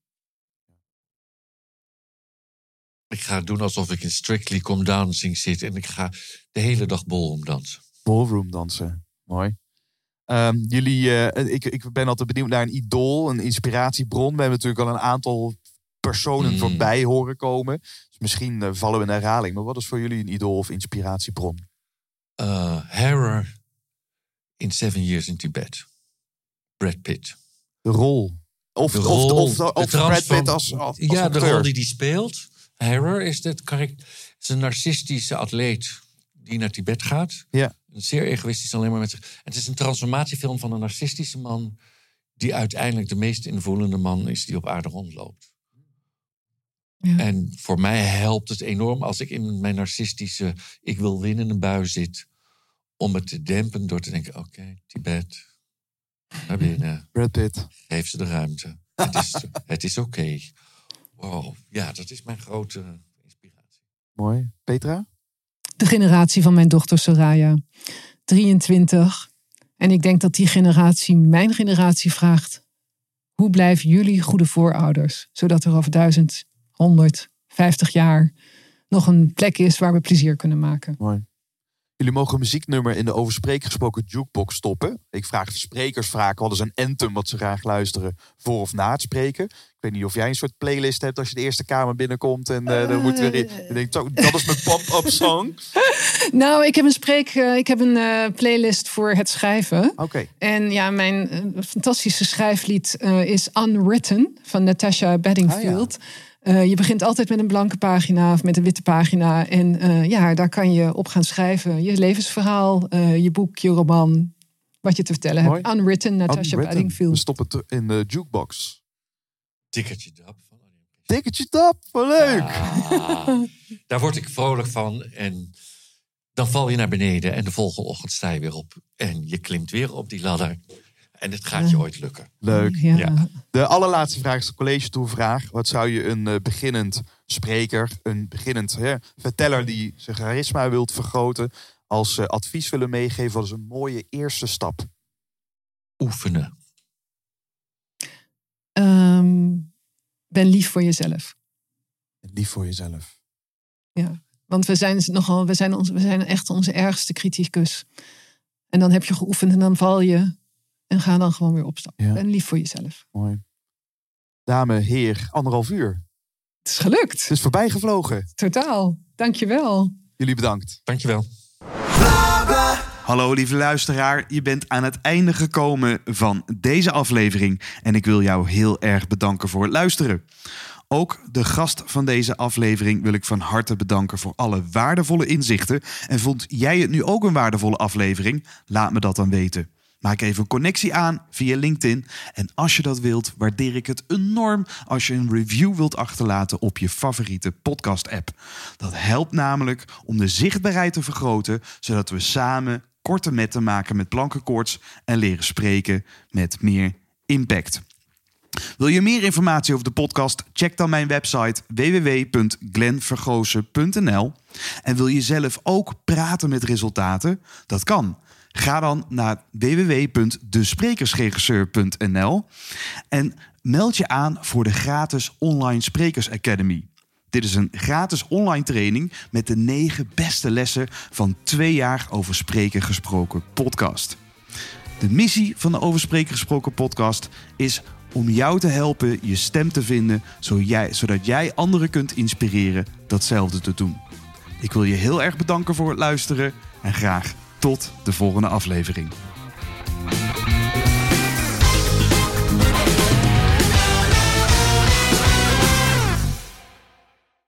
Ik ga doen alsof ik in Strictly Come Dancing zit... en ik ga de hele dag ballroom dansen. Ballroom dansen, mooi. Ik ben altijd benieuwd naar een idool, een inspiratiebron. We hebben natuurlijk al een aantal personen voorbij horen komen. Dus misschien vallen we in herhaling. Maar wat is voor jullie een idool of inspiratiebron? Harrer in 7 Years in Tibet. Brad Pitt. De rol. Of Brad Pitt als ja, acteur. de rol die speelt. Harrer is een narcistische atleet die naar Tibet gaat. Ja. Zeer egoïstisch, alleen maar met zich. Het is een transformatiefilm van een narcistische man... die uiteindelijk de meest invoelende man is die op aarde rondloopt. Ja. En voor mij helpt het enorm als ik in mijn narcistische... ik wil winnen bui zit... om het te dempen door te denken... oké, Tibet, naar binnen. Brad Pitt. Geef ze de ruimte. Het is oké. Wow, ja, dat is mijn grote inspiratie. Mooi. Petra? De generatie van mijn dochter Soraya. 23. En ik denk dat die generatie, mijn generatie, vraagt... hoe blijven jullie goede voorouders? Zodat er over 1150 jaar nog een plek is waar we plezier kunnen maken. Mooi. Jullie mogen een muzieknummer in de over spreek gesproken jukebox stoppen. Ik vraag sprekers vaak wel eens een anthem wat ze graag luisteren voor of na het spreken. Ik weet niet of jij een soort playlist hebt als je de Eerste Kamer binnenkomt en dan moet weer in. Je denkt, dat is mijn pop-up song. Nou, ik heb een playlist voor het schrijven. Okay. En ja, mijn fantastische schrijflied is Unwritten van Natasha Bedingfield. Ah, ja. Je begint altijd met een blanke pagina of met een witte pagina. En daar kan je op gaan schrijven. Je levensverhaal, je boek, je roman, wat je te vertellen Mooi. hebt. Unwritten, Natasha Unwritten. Bedingfield. We stoppen het in de jukebox. Tikkertje dap. Tikkertje tap, wat leuk. Daar word ik vrolijk van. En dan val je naar beneden. En de volgende ochtend sta je weer op. En je klimt weer op die ladder. En het gaat je ooit lukken. Leuk. Ja. Ja. De allerlaatste vraag is de college toevraag. Wat zou je een beginnend spreker, een beginnend verteller die zijn charisma wilt vergroten, als advies willen meegeven? Wat is een mooie eerste stap? Oefenen. Ben lief voor jezelf. Lief voor jezelf. Ja. Want we zijn echt onze ergste criticus. En dan heb je geoefend en dan val je. En ga dan gewoon weer opstappen. Ja. Ben lief voor jezelf. Mooi. Dame, heer, 1,5 uur. Het is gelukt. Het is voorbij gevlogen. Totaal. Dankjewel. Jullie bedankt. Dankjewel. Hallo lieve luisteraar, je bent aan het einde gekomen van deze aflevering en ik wil jou heel erg bedanken voor het luisteren. Ook de gast van deze aflevering wil ik van harte bedanken voor alle waardevolle inzichten. En vond jij het nu ook een waardevolle aflevering? Laat me dat dan weten. Maak even een connectie aan via LinkedIn. En als je dat wilt, waardeer ik het enorm als je een review wilt achterlaten op je favoriete podcast-app. Dat helpt namelijk om de zichtbaarheid te vergroten, zodat we samen korte metten maken met plankenkoorts en leren spreken met meer impact. Wil je meer informatie over de podcast? Check dan mijn website www.glenvergozen.nl. En wil je zelf ook praten met resultaten? Dat kan. Ga dan naar www.desprekersregisseur.nl en meld je aan voor de gratis Online Sprekers Academy. Dit is een gratis online training met de 9 beste lessen van 2 jaar Over Spreken Gesproken podcast. De missie van de Over Spreken Gesproken podcast is om jou te helpen je stem te vinden, zodat jij anderen kunt inspireren datzelfde te doen. Ik wil je heel erg bedanken voor het luisteren en graag tot de volgende aflevering.